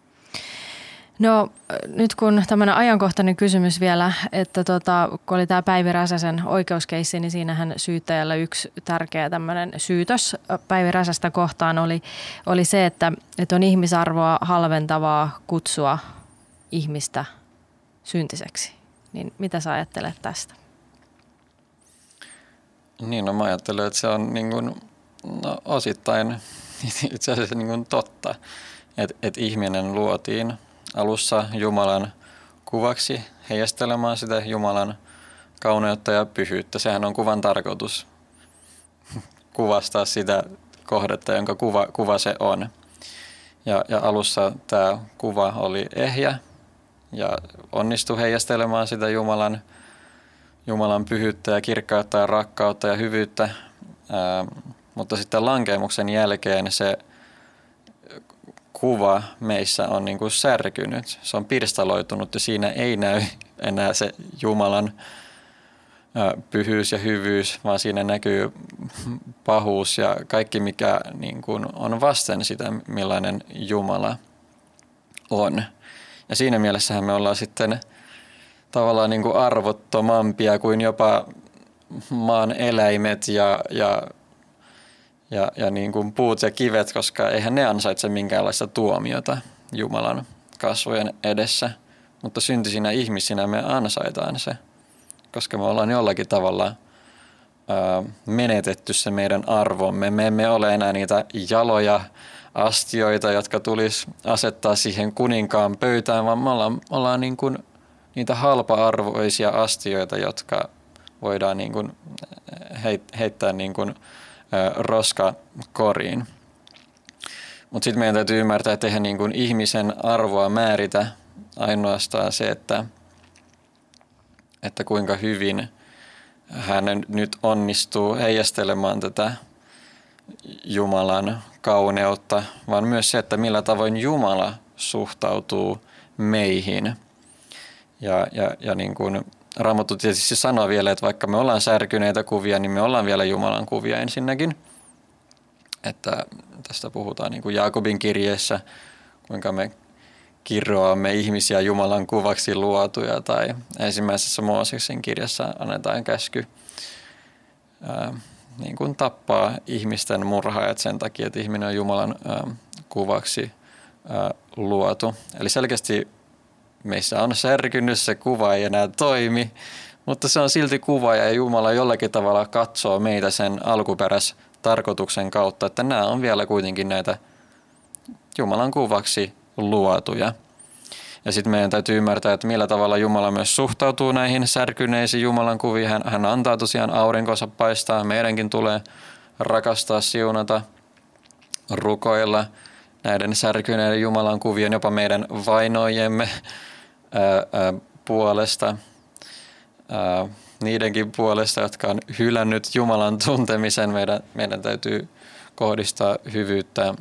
No nyt kun tämmöinen ajankohtainen kysymys vielä, että tota, kun oli tämä Päivi Räsäsen oikeuskeissi, niin siinähän syyttäjällä yksi tärkeä tämmöinen syytös Päivi Räsästä kohtaan oli, oli se, että, että on ihmisarvoa halventavaa kutsua ihmistä syntiseksi. Niin mitä sä ajattelet tästä? Niin, no mä ajattelen, että se on niin kuin, no, osittain itse asiassa niin kuin totta, että, että ihminen luotiin alussa Jumalan kuvaksi heijastelemaan sitä Jumalan kauneutta ja pyhyyttä. Sehän on kuvan tarkoitus kuvastaa sitä kohdetta, jonka kuva, kuva se on. Ja, ja alussa tämä kuva oli ehjä ja onnistui heijastelemaan sitä Jumalan, Jumalan pyhyyttä ja kirkkautta ja rakkautta ja hyvyyttä. Ää, mutta sitten lankeemuksen jälkeen se kuva meissä on niin kuin särkynyt. Se on pirstaloitunut ja siinä ei näy enää se Jumalan pyhyys ja hyvyys, vaan siinä näkyy pahuus ja kaikki, mikä niin kuin on vasten sitä, millainen Jumala on. Ja siinä mielessähän me ollaan sitten tavallaan niin kuin arvottomampia kuin jopa maan eläimet ja, ja Ja, ja niin kuin puut ja kivet, koska eihän ne ansaitse minkäänlaista tuomiota Jumalan kasvojen edessä. Mutta syntisinä ihmisinä me ansaitaan se, koska me ollaan jollakin tavalla ää, menetetty se meidän arvomme. Me emme ole enää niitä jaloja astioita, jotka tulisi asettaa siihen kuninkaan pöytään, vaan me ollaan, ollaan niin kuin niitä halpa-arvoisia astioita, jotka voidaan niin kuin heittää niin kuin roskakoriin. Mutta sitten meidän täytyy ymmärtää, että eihän niin kuin ihmisen arvoa määritä ainoastaan se, että, että kuinka hyvin hän nyt onnistuu heijastelemaan tätä Jumalan kauneutta, vaan myös se, että millä tavoin Jumala suhtautuu meihin. Ja, ja, ja niin kuin Raamattu tietysti sanoo vielä, että vaikka me ollaan särkyneitä kuvia, niin me ollaan vielä Jumalan kuvia ensinnäkin. Että tästä puhutaan niin kuin Jaakobin kirjeessä, kuinka me kirroamme ihmisiä Jumalan kuvaksi luotuja, tai ensimmäisessä Mooseksen kirjassa annetaan käsky ää, niin kuin tappaa ihmisten murhaajat sen takia, että ihminen on Jumalan ää, kuvaksi ää, luotu. Eli selkeästi meissä on särkynyt, se kuva ei enää toimi, mutta se on silti kuva ja Jumala jollakin tavalla katsoo meitä sen alkuperäis tarkoituksen kautta, että nämä on vielä kuitenkin näitä Jumalan kuvaksi luotuja. Ja sitten meidän täytyy ymmärtää, että millä tavalla Jumala myös suhtautuu näihin särkyneisiin Jumalan kuviin. Hän, hän antaa tosiaan aurinkonsa paistaa, meidänkin tulee rakastaa, siunata, rukoilla näiden särkyneiden Jumalan kuvien, jopa meidän vainoijemme ää, ää, puolesta, ää, niidenkin puolesta, jotka on hylännyt Jumalan tuntemisen. Meidän, meidän täytyy kohdistaa hyvyyttä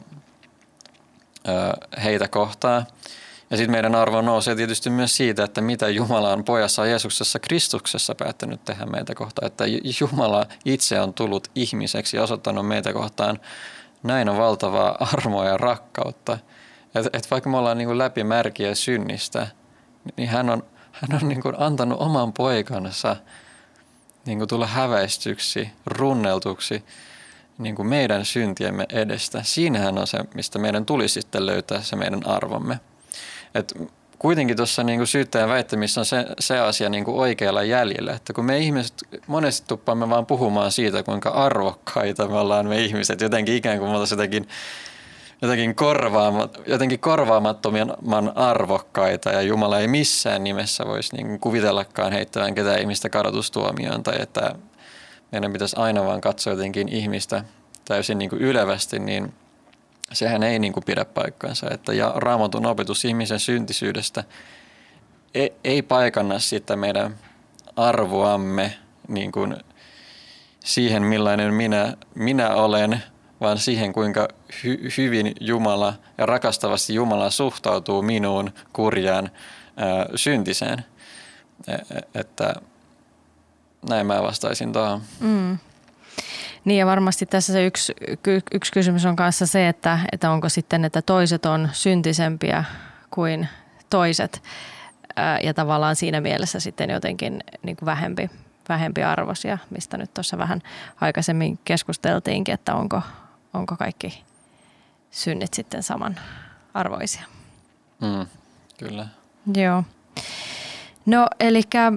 ää, heitä kohtaan. Ja sitten meidän arvo nousee tietysti myös siitä, että mitä Jumala on pojassa Jeesuksessa Kristuksessa päättänyt tehdä meitä kohtaan. Että Jumala itse on tullut ihmiseksi ja osoittanut meitä kohtaan näin on valtavaa armoa ja rakkautta. Että et vaikka me ollaan niinku läpimärkiä synnistä, niin hän on, hän on niinku antanut oman poikansa niinku tulla häväistyksi, runneltuksi niinku meidän syntiemme edestä. Siinähän on se, mistä meidän tulisi sitten löytää se meidän arvomme. Et kuitenkin tuossa niinku syyttäjän väittämissä on se, se asia niinku oikealla jäljellä, että kun me ihmiset monesti tuppaamme vaan puhumaan siitä, kuinka arvokkaita me ollaan me ihmiset, jotenkin ikään kuin me oltaisiin jotenkin, jotenkin, korvaamat, jotenkin korvaamattoman arvokkaita ja Jumala ei missään nimessä voisi niinku kuvitellakaan heittävän ketään ihmistä kadotustuomioon tai että meidän pitäisi aina vaan katsoa jotenkin ihmistä täysin niinku ylevästi, niin sehän ei niin kuin pidä paikkaansa, että ja Raamatun opetus ihmisen syntisyydestä ei, ei paikanna sitä meidän arvoamme niin kuin siihen, millainen minä, minä olen, vaan siihen, kuinka hy, hyvin Jumala ja rakastavasti Jumala suhtautuu minuun kurjaan ää, syntiseen. E, että näin mä vastaisin tuohon. Mm. Niin ja varmasti tässä se yksi, yksi kysymys on kanssa se, että, että onko sitten, että toiset on syntisempiä kuin toiset ää, ja tavallaan siinä mielessä sitten jotenkin niin kuin vähempi, vähempi arvoisia, mistä nyt tuossa vähän aikaisemmin keskusteltiinkin, että onko, onko kaikki synnit sitten samanarvoisia. Mm, kyllä. Joo. No eli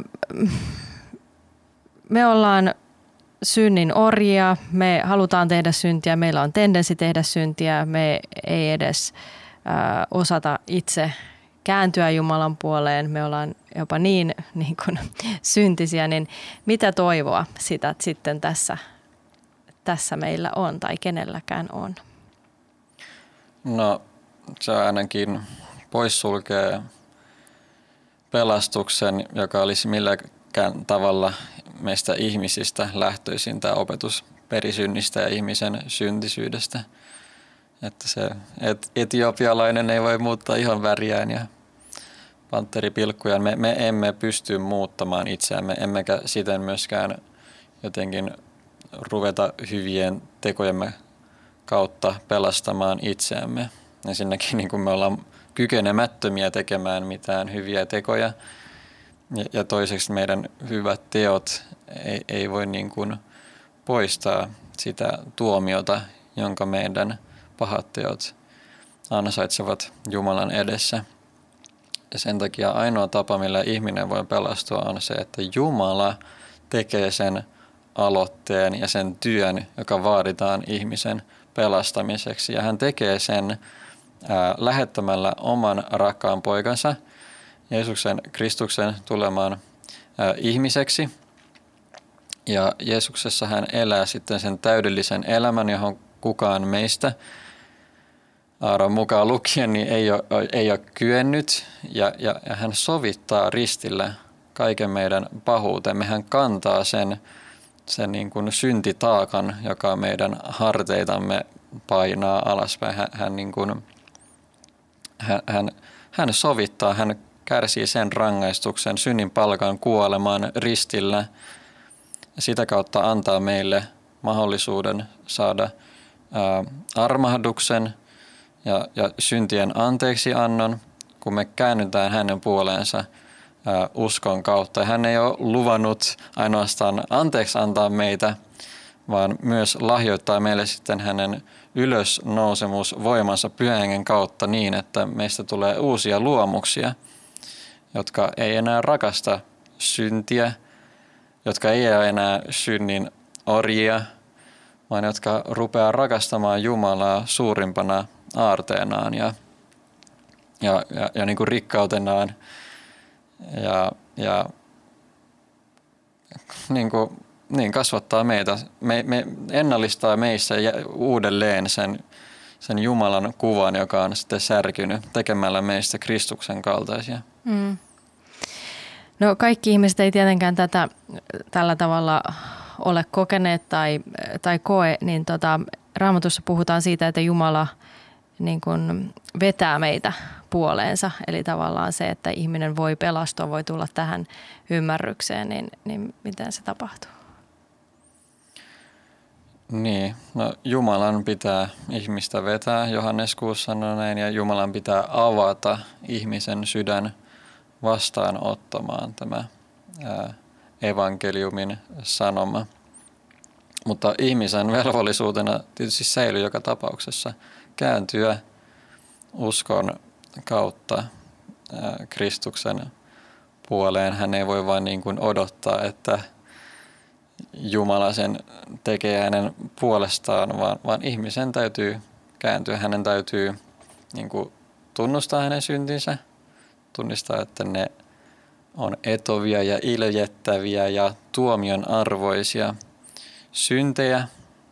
me ollaan synnin orjia, me halutaan tehdä syntiä, meillä on tendenssi tehdä syntiä, me ei edes ä, osata itse kääntyä Jumalan puoleen, me ollaan jopa niin, niin kuin syntisiä, niin mitä toivoa sitä sitten tässä, tässä meillä on tai kenelläkään on? No se ainakin poissulkee pelastuksen, joka olisi milläkään tavalla meistä ihmisistä lähtöisin tämä opetus perisynnistä ja ihmisen syntisyydestä. Että se et, etiopialainen ei voi muuttaa ihan väriään ja pantteripilkkujaan. Me, me emme pysty muuttamaan itseämme, emmekä siten myöskään jotenkin ruveta hyvien tekojemme kautta pelastamaan itseämme. Ensinnäkin niin kun me ollaan kykenemättömiä tekemään mitään hyviä tekoja. Ja toiseksi meidän hyvät teot ei, ei voi niin kuin poistaa sitä tuomiota, jonka meidän pahat teot ansaitsevat Jumalan edessä. Ja sen takia ainoa tapa, millä ihminen voi pelastua, on se, että Jumala tekee sen aloitteen ja sen työn, joka vaaditaan ihmisen pelastamiseksi. Ja hän tekee sen ää, lähettämällä oman rakkaan poikansa, Jeesuksen Kristuksen tulemaan ää, ihmiseksi. Ja Jeesuksessa hän elää sitten sen täydellisen elämän, johon kukaan meistä, Aaron mukaan lukien, niin ei ole, ei ole kyennyt. Ja, ja, ja hän sovittaa ristillä kaiken meidän pahuutemme. Hän kantaa sen, sen niin kuin syntitaakan, joka meidän harteitamme painaa alaspäin. Hän, hän, niin kuin, hän, hän, hän sovittaa, hän kärsii sen rangaistuksen, synnin palkan kuolemaan ristillä. Sitä kautta antaa meille mahdollisuuden saada ää, armahduksen ja, ja syntien anteeksiannon, kun me käännytään hänen puoleensa ää, uskon kautta. Hän ei ole luvannut ainoastaan anteeksi antaa meitä, vaan myös lahjoittaa meille sitten hänen ylösnousemusvoimansa Pyhän Hengen kautta niin, että meistä tulee uusia luomuksia, jotka ei enää rakasta syntiä, jotka ei ole enää synnin orjia, vaan jotka rupeaa rakastamaan Jumalaa suurimpana aarteenaan ja, ja, ja, ja niin kuin rikkautenaan ja, ja niin kuin niin, kasvattaa meitä, me, me ennallistaa meissä uudelleen sen, sen Jumalan kuvan, joka on sitten särkynyt tekemällä meistä Kristuksen kaltaisia. Mm. No kaikki ihmiset ei tietenkään tätä tällä tavalla ole kokeneet tai, tai koe, niin tota, Raamatussa puhutaan siitä, että Jumala niin kuin vetää meitä puoleensa. Eli tavallaan se, että ihminen voi pelastua, voi tulla tähän ymmärrykseen, niin, niin miten se tapahtuu? Niin, no Jumalan pitää ihmistä vetää, Johannes kuusi sanoo näin, ja Jumalan pitää avata ihmisen sydän vastaanottamaan tämä ää, evankeliumin sanoma. Mutta ihmisen velvollisuutena tietysti säilyy joka tapauksessa kääntyä uskon kautta ää, Kristuksen puoleen. Hän ei voi vain niin kuin odottaa, että Jumala sen tekee hänen puolestaan, vaan, vaan ihmisen täytyy kääntyä. Hänen täytyy niin kuin tunnustaa hänen syntinsä, tunnistaa, että ne on etovia ja iljettäviä ja tuomion arvoisia syntejä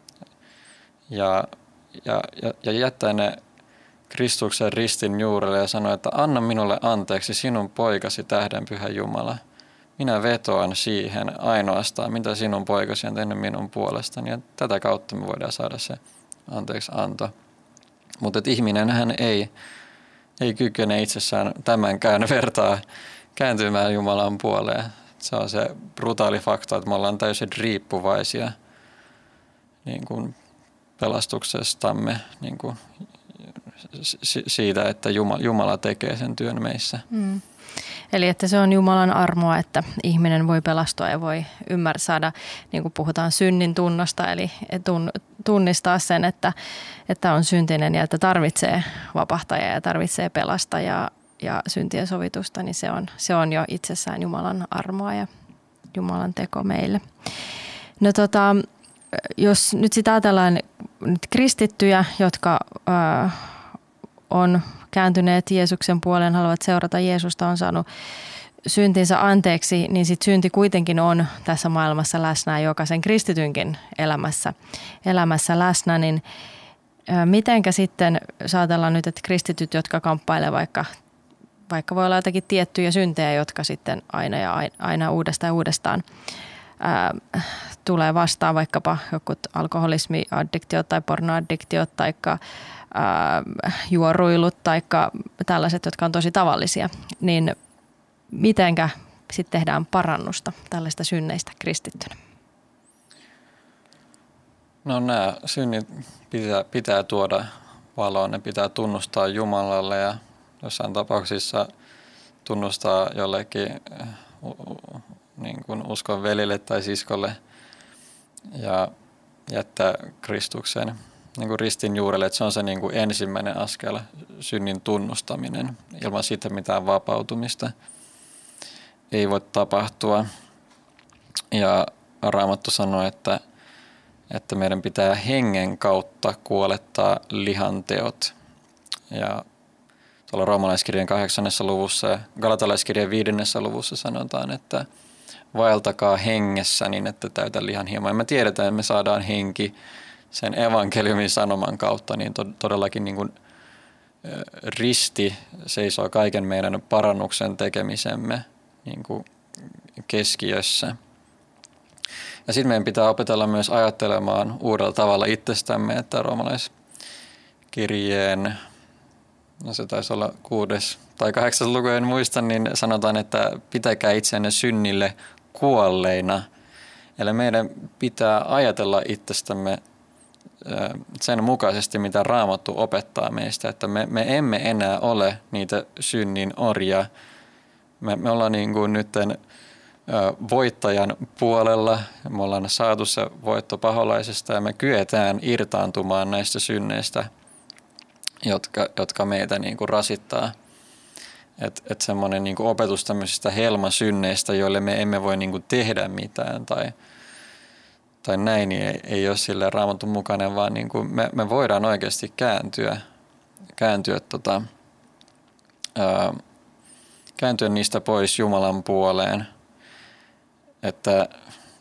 ja, ja, ja, ja jättää ne Kristuksen ristin juurelle ja sanoa, että anna minulle anteeksi sinun poikasi tähden pyhä Jumala. Minä vetoan siihen ainoastaan, mitä sinun poikasi on tehnyt minun puolestani, ja tätä kautta me voidaan saada se anteeksi anto. Mutta ihminen hän ei, ei kykene itsessään tämänkään vertaa kääntymään Jumalan puoleen. Se on se brutaali fakta, että me ollaan täysin riippuvaisia niin kuin pelastuksestamme niin kuin siitä, että Jumala, Jumala tekee sen työn meissä. Mm. Eli että se on Jumalan armoa, että ihminen voi pelastua ja voi ymmärtää saada, niin kuin puhutaan synnin tunnosta, eli tunnistaa sen, että, että on syntinen ja että tarvitsee vapahtajaa ja tarvitsee pelastajaa ja syntien sovitusta, niin se on, se on jo itsessään Jumalan armoa ja Jumalan teko meille. No tota, jos nyt sitä ajatellaan nyt kristittyjä, jotka äh, on kääntyneet Jeesuksen puoleen, haluavat seurata Jeesusta, on saanut syntinsä anteeksi, niin sit synti kuitenkin on tässä maailmassa läsnä ja jokaisen kristitynkin elämässä, elämässä läsnä, niin ää, mitenkä sitten saatellaan nyt, että kristityt, jotka kamppailevat vaikka, vaikka voi olla jotakin tiettyjä syntejä, jotka sitten aina ja aina uudestaan ja uudestaan ää, tulee vastaan, vaikkapa jokut alkoholismiaddiktiot tai pornoaddiktiot tai juoruilut tai tällaiset, jotka on tosi tavallisia, niin mitenkä sitten tehdään parannusta tällaista synneistä kristittynä? No nämä synnit pitää, pitää tuoda valoon, ne pitää tunnustaa Jumalalle ja jossain tapauksissa tunnustaa jollekin niin kuin uskon velille tai siskolle ja jättää Kristuksen niin kuin ristin juurelle, että se on se niin kuin ensimmäinen askel, synnin tunnustaminen. Ilman sitä mitään vapautumista ei voi tapahtua. Ja Raamattu sanoo, että, että meidän pitää hengen kautta kuolettaa lihanteot. Ja tuolla roomalaiskirjan kahdeksannessa luvussa ja galatalaiskirjan viidennessä luvussa sanotaan, että vaeltakaa hengessä niin, että täytä lihan hieman. Ja me tiedetään, että me saadaan henki sen evankeliumin sanoman kautta, niin todellakin niin kuin risti seisoo kaiken meidän parannuksen tekemisemme niin kuin keskiössä. Ja sitten meidän pitää opetella myös ajattelemaan uudella tavalla itsestämme, että roomalaiskirjeen, no se taisi olla kuudes tai kahdeksas luku, en muista, niin sanotaan, että pitäkää itseänne synnille kuolleina. Eli meidän pitää ajatella itsestämme sen mukaisesti, mitä Raamattu opettaa meistä, että me, me emme enää ole niitä synnin orjia. Me, me ollaan niin kuin nytten voittajan puolella, me ollaan saatu se voitto paholaisesta ja me kyetään irtaantumaan näistä synneistä, jotka, jotka meitä niin kuin rasittaa. Että et semmoinen niin kuin opetus tämmöisistä helmasynneistä, joille me emme voi niin kuin tehdä mitään tai tai näin, niin ei, ei ole silleen Raamatun mukainen, vaan niin kuin me, me voidaan oikeasti kääntyä, kääntyä, tota, ää, kääntyä niistä pois Jumalan puoleen. Että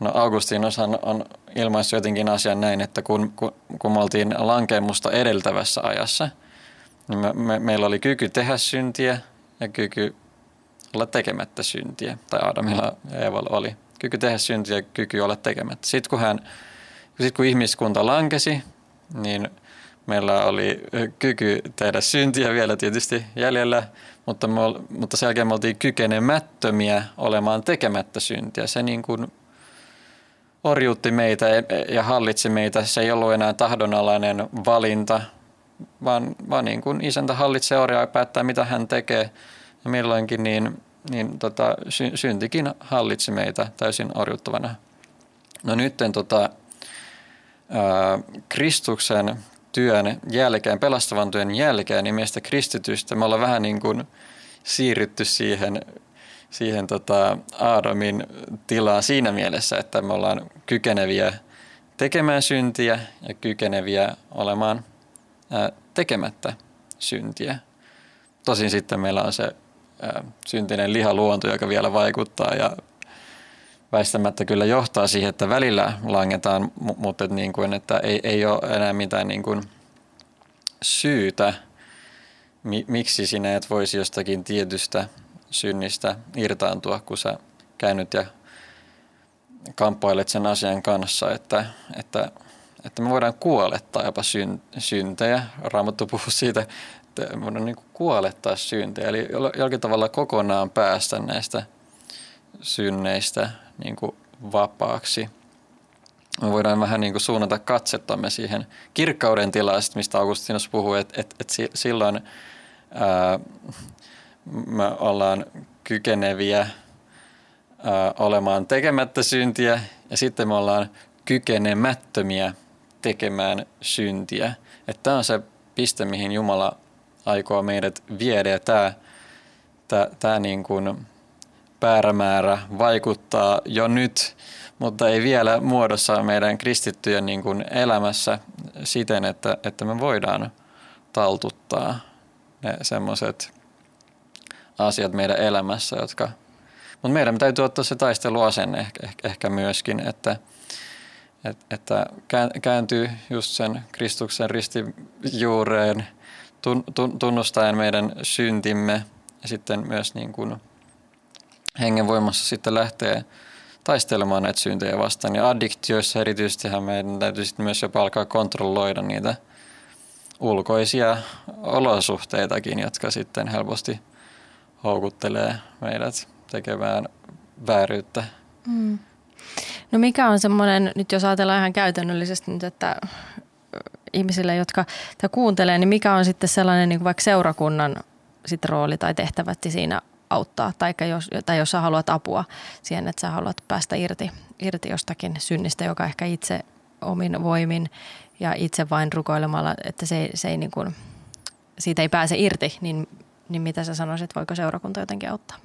No Augustinushan on ilmaissut jotenkin asian näin, että kun, kun, kun me oltiin lankemusta edeltävässä ajassa, niin me, me, meillä oli kyky tehdä syntiä ja kyky olla tekemättä syntiä. Tai Aadamilla ja Eevalla oli kyky tehdä syntiä ja kyky olla tekemättä. Sitten kun, hän, sit kun ihmiskunta lankesi, niin meillä oli kyky tehdä syntiä vielä tietysti jäljellä, mutta, me, mutta sen jälkeen me oltiin kykenemättömiä olemaan tekemättä syntiä. Se niin kuin orjuutti meitä ja hallitsi meitä. Se ei ollut enää tahdonalainen valinta, vaan, vaan niin kuin isäntä hallitsee orjaa ja päättää, mitä hän tekee. Ja milloinkin niin, niin tota, syntikin hallitsi meitä täysin orjuuttavana. No nyt tota, ää, Kristuksen työn jälkeen, pelastavan työn jälkeen, niin meistä kristitystä me ollaan vähän niin kuin siirrytty siihen, siihen tota Aadamin tilaan siinä mielessä, että me ollaan kykeneviä tekemään syntiä ja kykeneviä olemaan ää, tekemättä syntiä. Tosin sitten meillä on se ää, syntinen lihaluonto, joka vielä vaikuttaa ja väistämättä kyllä johtaa siihen, että välillä langetaan, mutta että, niin kuin, että ei, ei ole enää mitään niin kuin syytä, miksi sinä et voisi jostakin tietystä synnistä irtaantua, kun sä käynyt ja kamppailet sen asian kanssa, että, että, että me voidaan kuolettaa jopa syntejä. Raamattu puhuu siitä, että me voidaan niin kuin kuolettaa syntejä, eli jollakin tavalla kokonaan päästä näistä synneistä niin kuin vapaaksi. Me voidaan vähän niin kuin suunnata katsettamme siihen kirkkauden tilaan, mistä Augustinus puhuu, että, että, että silloin ää, me ollaan kykeneviä ää, olemaan tekemättä syntiä ja sitten me ollaan kykenemättömiä tekemään syntiä. Että tämä on se piste, mihin Jumala aikoo meidät viedä ja tämä, tämä, tämä niin kuin päämäärä vaikuttaa jo nyt, mutta ei vielä muodossa meidän kristittyjen niin kuin elämässä siten, että, että me voidaan taltuttaa ne semmoiset asiat meidän elämässä, jotka... Mutta meidän täytyy ottaa se taisteluasenne ehkä, ehkä myöskin, että, että kääntyy just sen Kristuksen ristijuureen tunnustaen meidän syntimme ja sitten myös niin kuin hengenvoimassa sitten lähtee taistelemaan näitä syntejä vastaan. Ja addiktioissa erityisestihän meidän täytyy sitten myös jopa alkaa kontrolloida niitä ulkoisia olosuhteitakin, jotka sitten helposti houkuttelee meidät tekemään vääryyttä. Mm. No mikä on semmoinen, nyt jos ajatellaan ihan käytännöllisesti nyt, että ihmisille, jotka tätä kuuntelee, niin mikä on sitten sellainen niin kuin vaikka seurakunnan sit rooli tai tehtävät siinä auttaa, tai jos, tai jos sä haluat apua siihen, että sä haluat päästä irti, irti jostakin synnistä, joka ehkä itse omin voimin ja itse vain rukoilemalla, että se, se ei niin kuin, siitä ei pääse irti, niin, niin mitä sä sanoisit, voiko seurakunta jotenkin auttaa?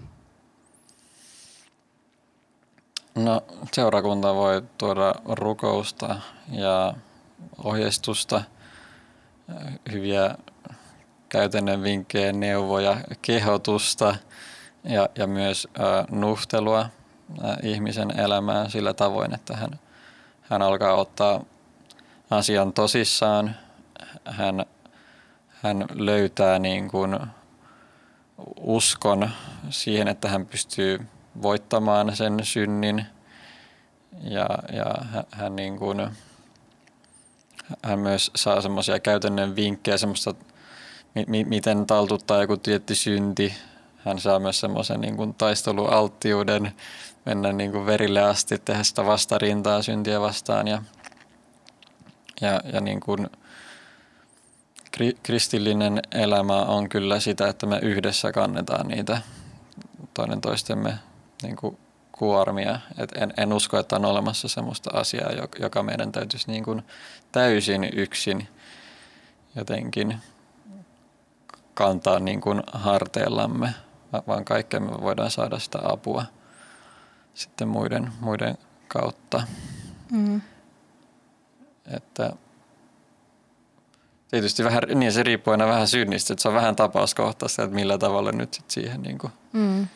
No seurakunta voi tuoda rukousta ja ohjeistusta, hyviä käytännön vinkkejä, neuvoja, kehotusta ja, ja myös ä, nuhtelua ä, ihmisen elämään sillä tavoin, että hän, hän alkaa ottaa asian tosissaan. Hän, hän löytää niin kuin uskon siihen, että hän pystyy voittamaan sen synnin ja, ja hän, hän, niin kuin, hän myös saa semmoisia käytännön vinkkejä, semmoista, mi, miten taltuttaa joku tietty synti. Hän saa myös semmoisen niin kuin taistelualttiuden mennä niin kuin verille asti, tehdä sitä vastarintaa syntiä vastaan. Ja, ja, ja niin kuin kristillinen elämä on kyllä sitä, että me yhdessä kannetaan niitä toinen toistemme niin kuin kuormia. Et en, en usko, että on olemassa semmoista asiaa, joka meidän täytyisi niin kuin täysin yksin jotenkin kantaa niin kuin harteillamme, vaan kaikkea me voidaan saada sitä apua sitten muiden, muiden kautta. Mm. Että tietysti vähän, niin se riippuu aina vähän synnistä, että se on vähän tapauskohtaista, että millä tavalla nyt sit siihen niin kuin mm.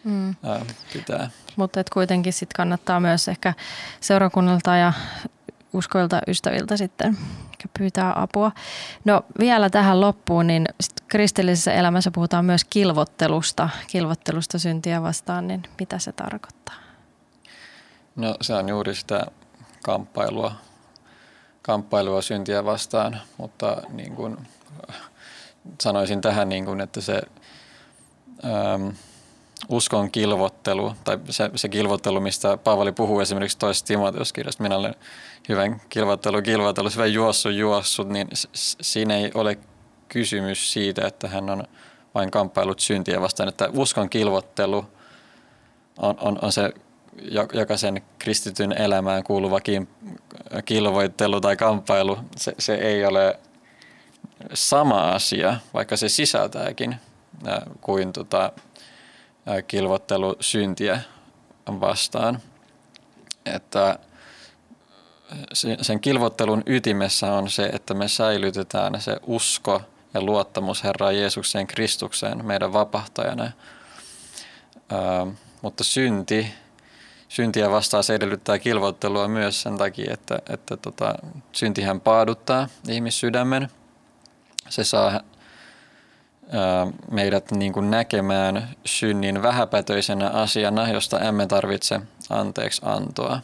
mm. pitää. Mutta kuitenkin sit kannattaa myös ehkä seurakunnalta ja uskoilta ystäviltä sitten pyytää apua. No vielä tähän loppuun, niin kristillisessä elämässä puhutaan myös kilvottelusta, kilvottelusta syntiä vastaan, niin mitä se tarkoittaa? No se on juuri sitä kamppailua, kamppailua syntiä vastaan, mutta niin kuin sanoisin tähän, niin kuin, että se äm, uskon kilvottelu, tai se, se kilvottelu, mistä Paavali puhuu esimerkiksi toisessa Timoteuskirjassa, minä olen hyvän kilvottelu, kilvottelu, hyvän juossut, juossut, niin siinä ei ole kysymys siitä, että hän on vain kamppailut syntiä vastaan, että uskon kilvottelu on, on, on se jokaisen kristityn elämään kuuluva kilvoittelu tai kamppailu. Se, se ei ole sama asia, vaikka se sisältääkin kuin tota, kilvottelu syntiä vastaan. Että sen kilvottelun ytimessä on se, että me säilytetään se usko ja luottamus Herraan Jeesukseen Kristukseen meidän vapahtajana. Ää, mutta synti, syntiä vastaan se edellyttää kilvottelua myös sen takia, että, että tota, syntihän paaduttaa ihmissydämen. Se saa ää, meidät niin kuin näkemään synnin vähäpätöisenä asiana, josta emme tarvitse anteeksi antoa.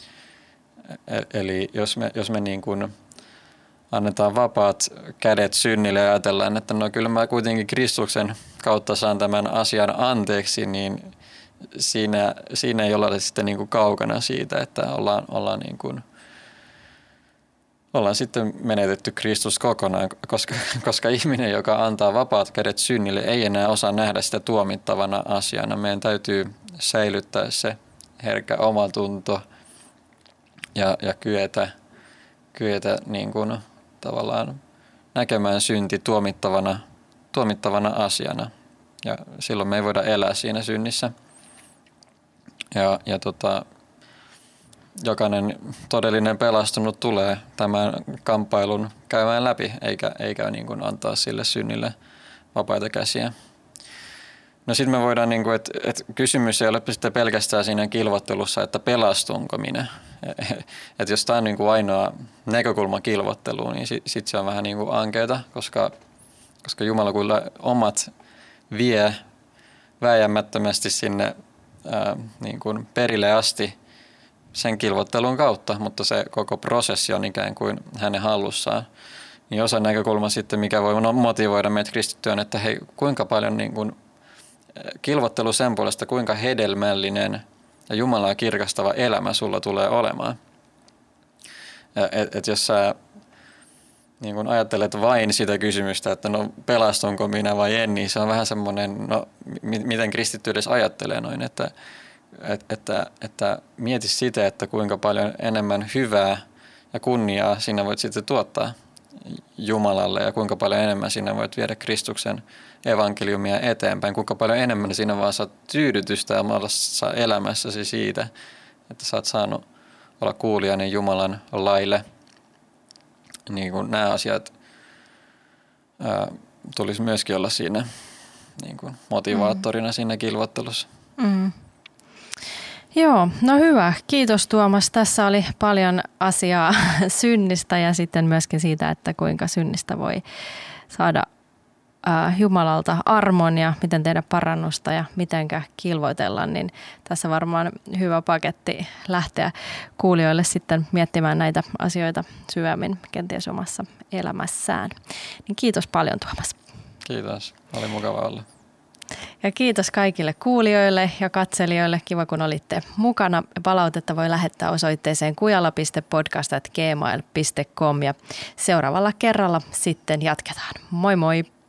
Eli jos me, jos me niin kuin annetaan vapaat kädet synnille ja ajatellaan, että no kyllä mä kuitenkin Kristuksen kautta saan tämän asian anteeksi, niin siinä, siinä ei olla sitten niin kuin kaukana siitä, että ollaan, ollaan, niin kuin, ollaan sitten menetetty Kristus kokonaan, koska, koska ihminen, joka antaa vapaat kädet synnille, ei enää osaa nähdä sitä tuomittavana asiana. Meidän täytyy säilyttää se herkkä omatunto ja, ja kyetä, kyetä niin kuin tavallaan näkemään synti tuomittavana, tuomittavana asiana. Ja silloin me ei voida elää siinä synnissä. Ja, ja tota, jokainen todellinen pelastunut tulee tämän kamppailun käymään läpi, eikä, eikä niin kuin antaa sille synnille vapaita käsiä. No sitten me voidaan, niin kuin, että, että kysymys ei ole sitten pelkästään siinä kilvottelussa, että pelastunko minä. Että jos tämä on niin kuin ainoa näkökulma kilvotteluun, niin sitten sit se on vähän niin kuin ankeeta, koska, koska Jumala kyllä omat vie vääjäämättömästi sinne ää, niin kuin perille asti sen kilvottelun kautta, mutta se koko prosessi on ikään kuin hänen hallussaan. Niin osa näkökulma sitten, mikä voi motivoida meitä kristittyä, että hei, kuinka paljon niin kuin kilvottelu sen puolesta, kuinka hedelmällinen ja Jumalaa kirkastava elämä sulla tulee olemaan. Että et jos sä niin kun ajattelet vain sitä kysymystä, että no pelastunko minä vai en, niin se on vähän semmoinen, no m- miten kristitty edes ajattelee noin, että, et, että, että mieti sitä, että kuinka paljon enemmän hyvää ja kunniaa sinä voit sitten tuottaa Jumalalle ja kuinka paljon enemmän sinä voit viedä Kristuksen evankeliumia eteenpäin, kuinka paljon enemmän sinä vaan saat tyydytystä omassa elämässäsi siitä, että sä oot saanut olla kuulijainen Jumalan laille. Niin kuin nämä asiat ää, tulisi myöskin olla siinä niin kuin motivaattorina mm. siinä kilvottelussa. Mm. Joo, no hyvä. Kiitos Tuomas. Tässä oli paljon asiaa synnistä ja sitten myöskin siitä, että kuinka synnistä voi saada ää, Jumalalta armon ja miten tehdä parannusta ja mitenkä kilvoitella. Niin tässä varmaan hyvä paketti lähteä kuulijoille sitten miettimään näitä asioita syvemmin kenties omassa elämässään. Niin kiitos paljon Tuomas. Kiitos. Oli mukava olla. Ja kiitos kaikille kuulijoille ja katselijoille. Kiva, kun olitte mukana. Palautetta voi lähettää osoitteeseen kujala piste podcast at gmail piste com ja seuraavalla kerralla sitten jatketaan. Moi moi!